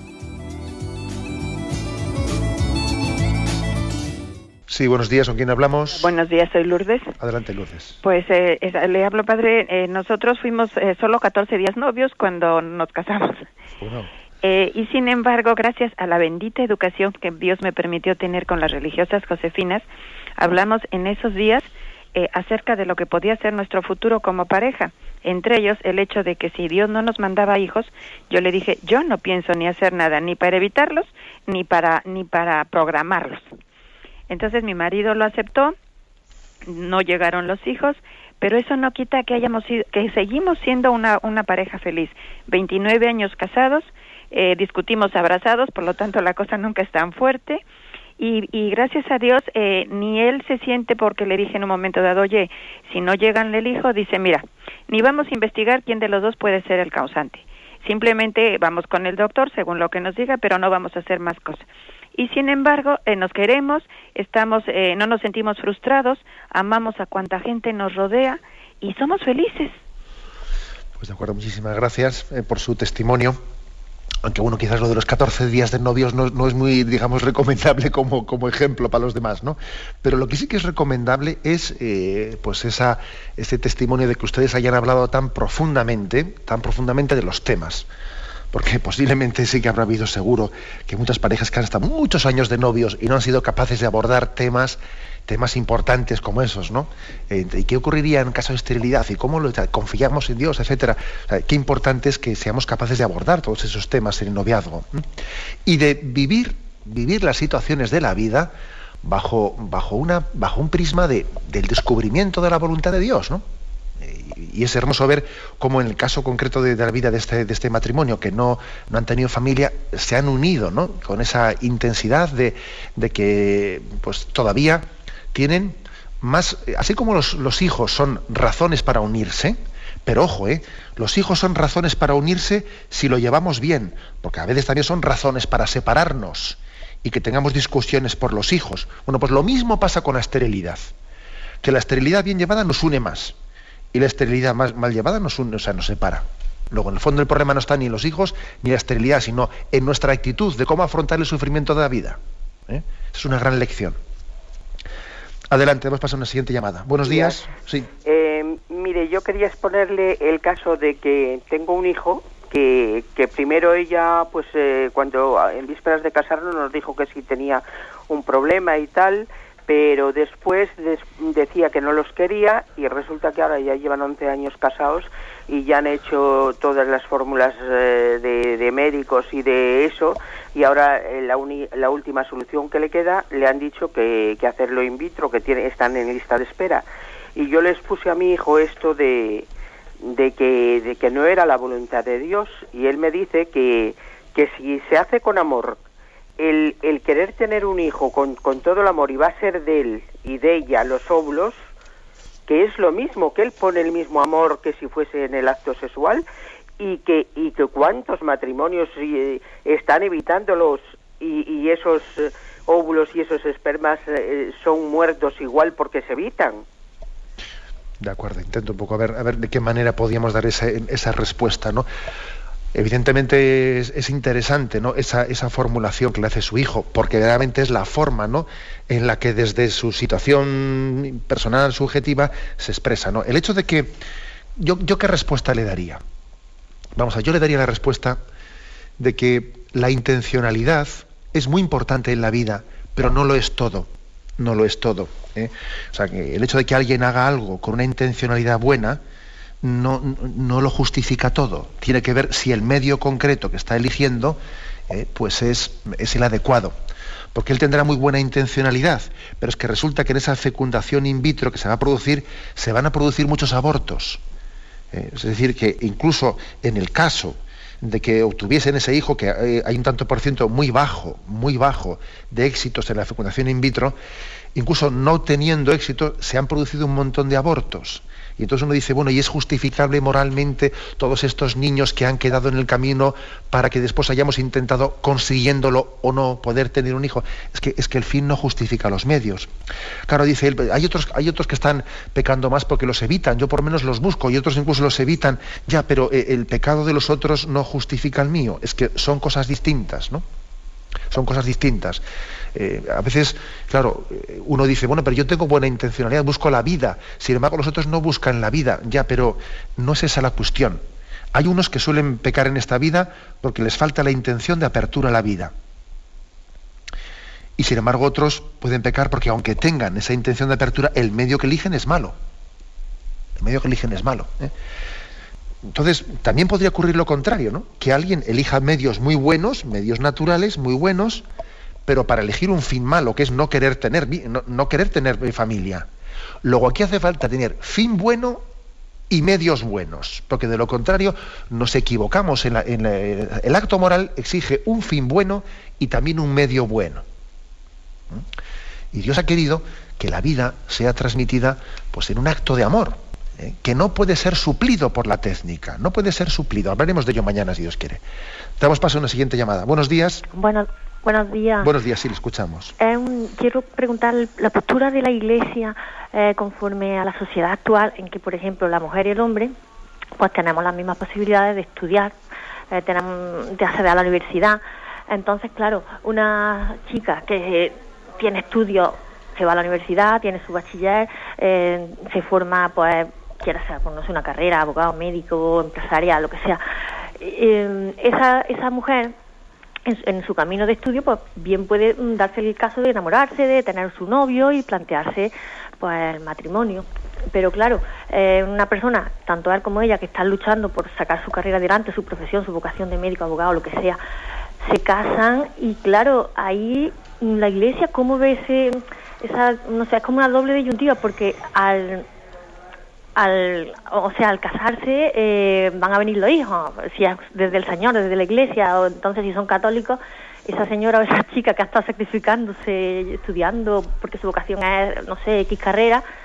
Sí, buenos días, ¿con quién hablamos? Buenos días, soy Lourdes. Adelante, Lourdes. Pues eh, le hablo, padre, eh, nosotros fuimos eh, solo catorce días novios cuando nos casamos. Wow. Eh, y sin embargo, gracias a la bendita educación que Dios me permitió tener con las religiosas josefinas, hablamos en esos días eh, acerca de lo que podía ser nuestro futuro como pareja. Entre ellos, el hecho de que si Dios no nos mandaba hijos, yo le dije, yo no pienso ni hacer nada, ni para evitarlos, ni para, ni para programarlos. Entonces mi marido lo aceptó, no llegaron los hijos, pero eso no quita que hayamos sido, que seguimos siendo una, una pareja feliz. veintinueve años casados, eh, discutimos abrazados, por lo tanto la cosa nunca es tan fuerte. Y, y gracias a Dios, eh, ni él se siente, porque le dije en un momento dado, oye, si no llegan el hijo, dice, mira, ni vamos a investigar quién de los dos puede ser el causante. Simplemente vamos con el doctor según lo que nos diga, pero no vamos a hacer más cosas. Y sin embargo, eh, nos queremos, estamos, eh, no nos sentimos frustrados, amamos a cuanta gente nos rodea y somos felices. Pues de acuerdo, muchísimas gracias eh, por su testimonio. Aunque bueno, quizás lo de los catorce días de novios no, no es muy, digamos, recomendable como, como ejemplo para los demás, ¿no? Pero lo que sí que es recomendable es eh, pues esa, ese testimonio de que ustedes hayan hablado tan profundamente, tan profundamente de los temas. Porque posiblemente sí que habrá habido seguro que muchas parejas que han estado muchos años de novios y no han sido capaces de abordar temas temas importantes como esos, ¿no? Eh, ¿Y qué ocurriría en caso de esterilidad? ¿Y cómo lo, confiamos en Dios, etcétera? O sea, qué importante es que seamos capaces de abordar todos esos temas en el noviazgo, ¿eh? Y de vivir, vivir las situaciones de la vida bajo, bajo, una, bajo un prisma de, del descubrimiento de la voluntad de Dios, ¿no? Y es hermoso ver cómo en el caso concreto de, de la vida de este, de este matrimonio, que no, no han tenido familia, se han unido, ¿no? Con esa intensidad de, de que pues todavía tienen más, así como los, los hijos son razones para unirse, pero ojo, ¿eh? Los hijos son razones para unirse si lo llevamos bien, porque a veces también son razones para separarnos. y que tengamos discusiones por los hijos. Bueno, pues lo mismo pasa con la esterilidad, que la esterilidad bien llevada nos une más y la esterilidad más mal llevada nos une, o sea, nos separa. Luego, en el fondo el problema no está ni en los hijos ni en la esterilidad, sino en nuestra actitud de cómo afrontar el sufrimiento de la vida. ¿eh? Es una gran lección. Adelante, vamos a pasar a una siguiente llamada. Buenos días. Sí. Eh, mire, yo quería exponerle el caso de que tengo un hijo que, que primero ella, pues eh, cuando en vísperas de casarnos nos dijo que sí tenía un problema y tal, pero después des, decía que no los quería y resulta que ahora ya llevan once años casados y ya han hecho todas las fórmulas eh, de, de médicos y de eso, y ahora eh, la, uni, la última solución que le queda, le han dicho que, que hacerlo in vitro, que tiene, están en lista de espera. Y yo les puse a mi hijo esto de, de, que, de que no era la voluntad de Dios, y él me dice que, que si se hace con amor, el, el querer tener un hijo con, con todo el amor, y va a ser de él y de ella los óvulos, que es lo mismo, que él pone el mismo amor que si fuese en el acto sexual, y que y que cuántos matrimonios eh, están evitándolos y, y esos eh, óvulos y esos espermas eh, son muertos igual porque se evitan. De acuerdo, intento un poco a ver a ver de qué manera podíamos dar esa, esa respuesta, ¿no? Evidentemente es, es interesante, ¿no? Esa, esa formulación que le hace su hijo, porque realmente es la forma, ¿no?, en la que desde su situación personal, subjetiva, se expresa, ¿no? El hecho de que yo, yo qué respuesta le daría. Vamos a, yo le daría la respuesta de que la intencionalidad es muy importante en la vida, pero no lo es todo, no lo es todo. ¿eh? O sea, que el hecho de que alguien haga algo con una intencionalidad buena no, no lo justifica todo. Tiene que ver si el medio concreto que está eligiendo eh, pues es, es el adecuado. Porque él tendrá muy buena intencionalidad, pero es que resulta que en esa fecundación in vitro que se va a producir, se van a producir muchos abortos. Eh, es decir, que incluso en el caso de que obtuviesen ese hijo, que eh, hay un tanto por ciento muy bajo, muy bajo de éxitos en la fecundación in vitro, incluso no teniendo éxito, se han producido un montón de abortos. Y entonces uno dice, bueno, ¿y es justificable moralmente todos estos niños que han quedado en el camino para que después hayamos intentado, consiguiéndolo o no, poder tener un hijo? Es que, es que el fin no justifica los medios. Claro, dice él, hay otros, hay otros que están pecando más porque los evitan, yo por lo menos los busco, y otros incluso los evitan, ya, pero el pecado de los otros no justifica el mío. Es que son cosas distintas, ¿no? Son cosas distintas. Eh, a veces, claro, uno dice, bueno, pero yo tengo buena intencionalidad, busco la vida, sin embargo los otros no buscan la vida, ya, pero no es esa la cuestión. Hay unos que suelen pecar en esta vida porque les falta la intención de apertura a la vida. Y sin embargo otros pueden pecar porque aunque tengan esa intención de apertura, el medio que eligen es malo. El medio que eligen es malo. ¿eh? Entonces, también podría ocurrir lo contrario, ¿no? Que alguien elija medios muy buenos, medios naturales, muy buenos, pero para elegir un fin malo, que es no querer tener, no, no querer tener familia. Luego aquí hace falta tener fin bueno y medios buenos, porque de lo contrario nos equivocamos. En la, en la, el acto moral exige un fin bueno y también un medio bueno. Y Dios ha querido que la vida sea transmitida pues, en un acto de amor, ¿eh? que no puede ser suplido por la técnica, no puede ser suplido. Hablaremos de ello mañana, si Dios quiere. Damos paso a una siguiente llamada. Buenos días. Bueno, buenos días. Buenos días, sí, le escuchamos. Eh, un, quiero preguntar la postura de la Iglesia eh, conforme a la sociedad actual, en que, por ejemplo, la mujer y el hombre pues tenemos las mismas posibilidades de estudiar, eh, tenemos, de acceder a la universidad. Entonces, claro, una chica que eh, tiene estudios, se va a la universidad, tiene su bachiller, eh, se forma, pues, quiere hacer, pues, no sé, una carrera, abogado, médico, empresarial, lo que sea. Eh, esa, esa mujer, en, en su camino de estudio, pues bien puede darse el caso de enamorarse, de tener su novio y plantearse, pues, el matrimonio. Pero claro, eh, una persona, tanto él como ella, que están luchando por sacar su carrera adelante, su profesión, su vocación de médico, abogado, lo que sea, se casan y claro, ahí la Iglesia, ¿cómo ve ese, esa, no sé, es como una doble disyuntiva, porque al, al o sea, al casarse eh, van a venir los hijos, si es desde el Señor, desde la Iglesia, o entonces si son católicos, esa señora o esa chica que ha estado sacrificándose, estudiando, porque su vocación es, no sé, X carrera,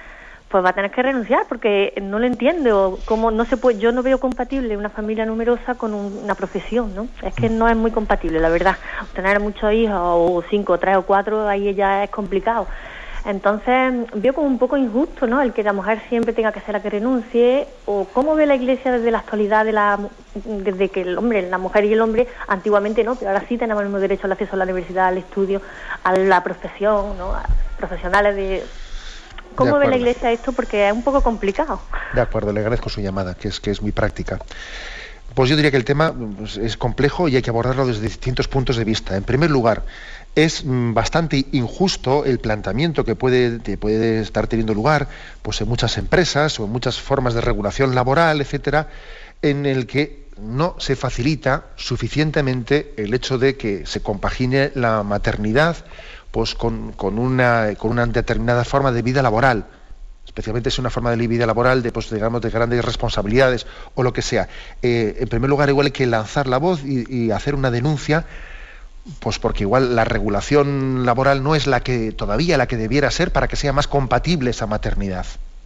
pues va a tener que renunciar porque no lo entiendo, cómo no se puede, yo no veo compatible una familia numerosa con un, una profesión, ¿no? Es que no es muy compatible, la verdad. Tener muchos hijos, o cinco, tres o cuatro, ahí ya es complicado. Entonces veo como un poco injusto, ¿no?, el que la mujer siempre tenga que ser la que renuncie. O cómo ve la Iglesia desde la actualidad, de la, desde que el hombre, la mujer y el hombre, antiguamente no, pero ahora sí tenemos el mismo derecho al acceso a la universidad, al estudio, a la profesión, ¿no?, a profesionales de... ¿Cómo ve la Iglesia esto? Porque es un poco complicado. De acuerdo, le agradezco su llamada, que es, que es muy práctica. Pues yo diría que el tema pues, es complejo y hay que abordarlo desde distintos puntos de vista. En primer lugar, es bastante injusto el planteamiento que puede, que puede estar teniendo lugar pues, en muchas empresas o en muchas formas de regulación laboral, etcétera, en el que no se facilita suficientemente el hecho de que se compagine la maternidad pues, con, con, una, con una determinada forma de vida laboral. Especialmente es una forma de vida laboral de, pues, digamos, de grandes responsabilidades o lo que sea. Eh, en primer lugar, igual hay que lanzar la voz y, y hacer una denuncia, pues porque igual la regulación laboral no es la que todavía la que debiera ser para que sea más compatible esa maternidad.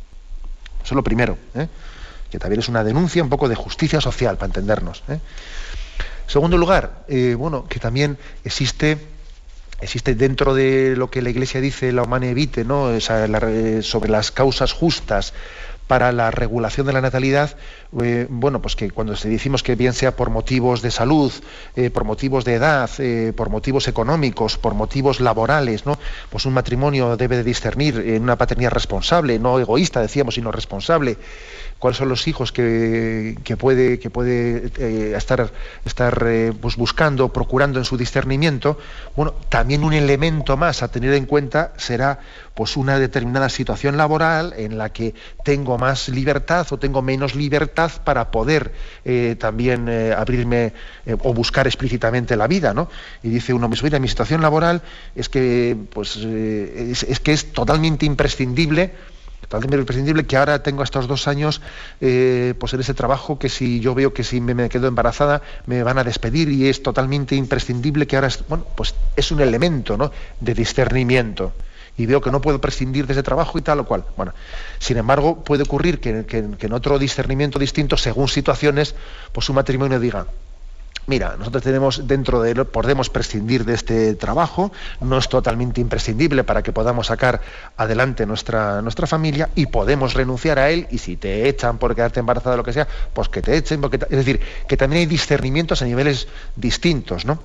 Eso es lo primero, ¿eh? Que también es una denuncia un poco de justicia social, para entendernos, ¿eh? Segundo lugar, eh, bueno, que también existe Existe dentro de lo que la Iglesia dice, la Humanae Vitae, ¿no?, Esa, la, sobre las causas justas para la regulación de la natalidad, eh, bueno, pues que cuando se decimos que bien sea por motivos de salud, eh, por motivos de edad, eh, por motivos económicos, por motivos laborales, ¿no?, pues un matrimonio debe de discernir en una paternidad responsable, no egoísta, decíamos, sino responsable. Cuáles son los hijos que, que puede, que puede eh, estar, estar eh, pues buscando, procurando en su discernimiento. Bueno, también un elemento más a tener en cuenta será pues una determinada situación laboral en la que tengo más libertad o tengo menos libertad para poder eh, también eh, abrirme eh, o buscar explícitamente la vida, ¿no? Y dice uno, mira, mi situación laboral es que pues eh, es, es que es totalmente imprescindible totalmente imprescindible que ahora tengo estos dos años eh, pues en ese trabajo que si yo veo que si me, me quedo embarazada me van a despedir y es totalmente imprescindible que ahora, es, bueno, pues es un elemento, ¿no?, de discernimiento y veo que no puedo prescindir de ese trabajo y tal o cual. Bueno, sin embargo, puede ocurrir que, que, que en otro discernimiento distinto, según situaciones, pues un matrimonio diga, mira, nosotros tenemos dentro de él, podemos prescindir de este trabajo, no es totalmente imprescindible para que podamos sacar adelante nuestra, nuestra familia y podemos renunciar a él y si te echan por quedarte embarazada o lo que sea, pues que te echen, porque, es decir, que también hay discernimientos a niveles distintos, ¿no?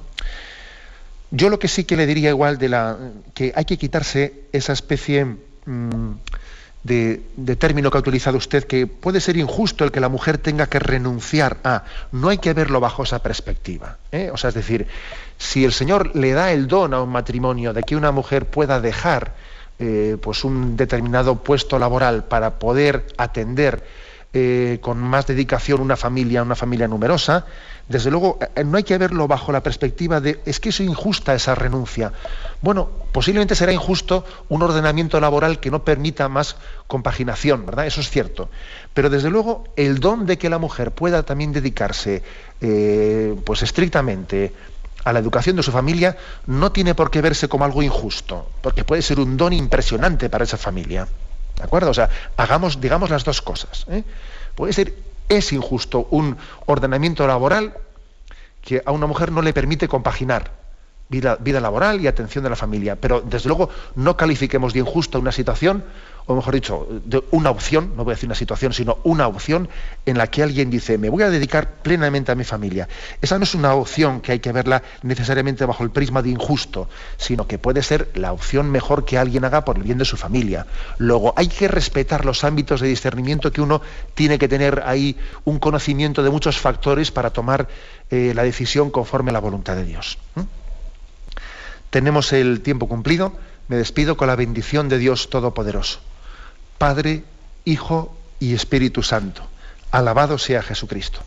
Yo lo que sí que le diría igual de la que hay que quitarse esa especie mmm, De, de término que ha utilizado usted, que puede ser injusto el que la mujer tenga que renunciar a. No hay que verlo bajo esa perspectiva, ¿eh? O sea, es decir, si el Señor le da el don a un matrimonio de que una mujer pueda dejar eh, pues un determinado puesto laboral para poder atender eh, con más dedicación una familia, una familia numerosa, desde luego eh, no hay que verlo bajo la perspectiva de es que es injusta esa renuncia. Bueno, posiblemente será injusto un ordenamiento laboral que no permita más compaginación, ¿verdad? Eso es cierto. Pero desde luego el don de que la mujer pueda también dedicarse eh, pues estrictamente a la educación de su familia no tiene por qué verse como algo injusto, porque puede ser un don impresionante para esa familia. ¿De acuerdo? O sea, hagamos, digamos las dos cosas, ¿eh? Puede ser, es injusto un ordenamiento laboral que a una mujer no le permite compaginar vida, vida laboral y atención de la familia, pero desde luego no califiquemos de injusta una situación, o mejor dicho, de una opción, no voy a decir una situación, sino una opción en la que alguien dice, me voy a dedicar plenamente a mi familia. Esa no es una opción que hay que verla necesariamente bajo el prisma de injusto, sino que puede ser la opción mejor que alguien haga por el bien de su familia. Luego, hay que respetar los ámbitos de discernimiento que uno tiene que tener ahí un conocimiento de muchos factores para tomar eh, la decisión conforme a la voluntad de Dios. ¿Mm? Tenemos el tiempo cumplido. Me despido con la bendición de Dios Todopoderoso. Padre, Hijo y Espíritu Santo. Alabado sea Jesucristo.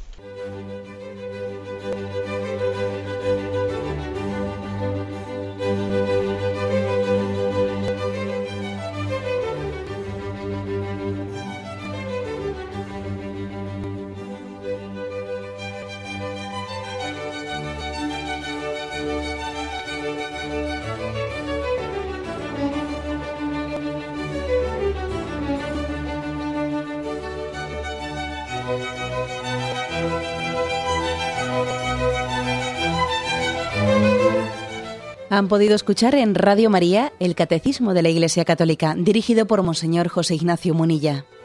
Han podido escuchar en Radio María el Catecismo de la Iglesia Católica, dirigido por Monseñor José Ignacio Munilla.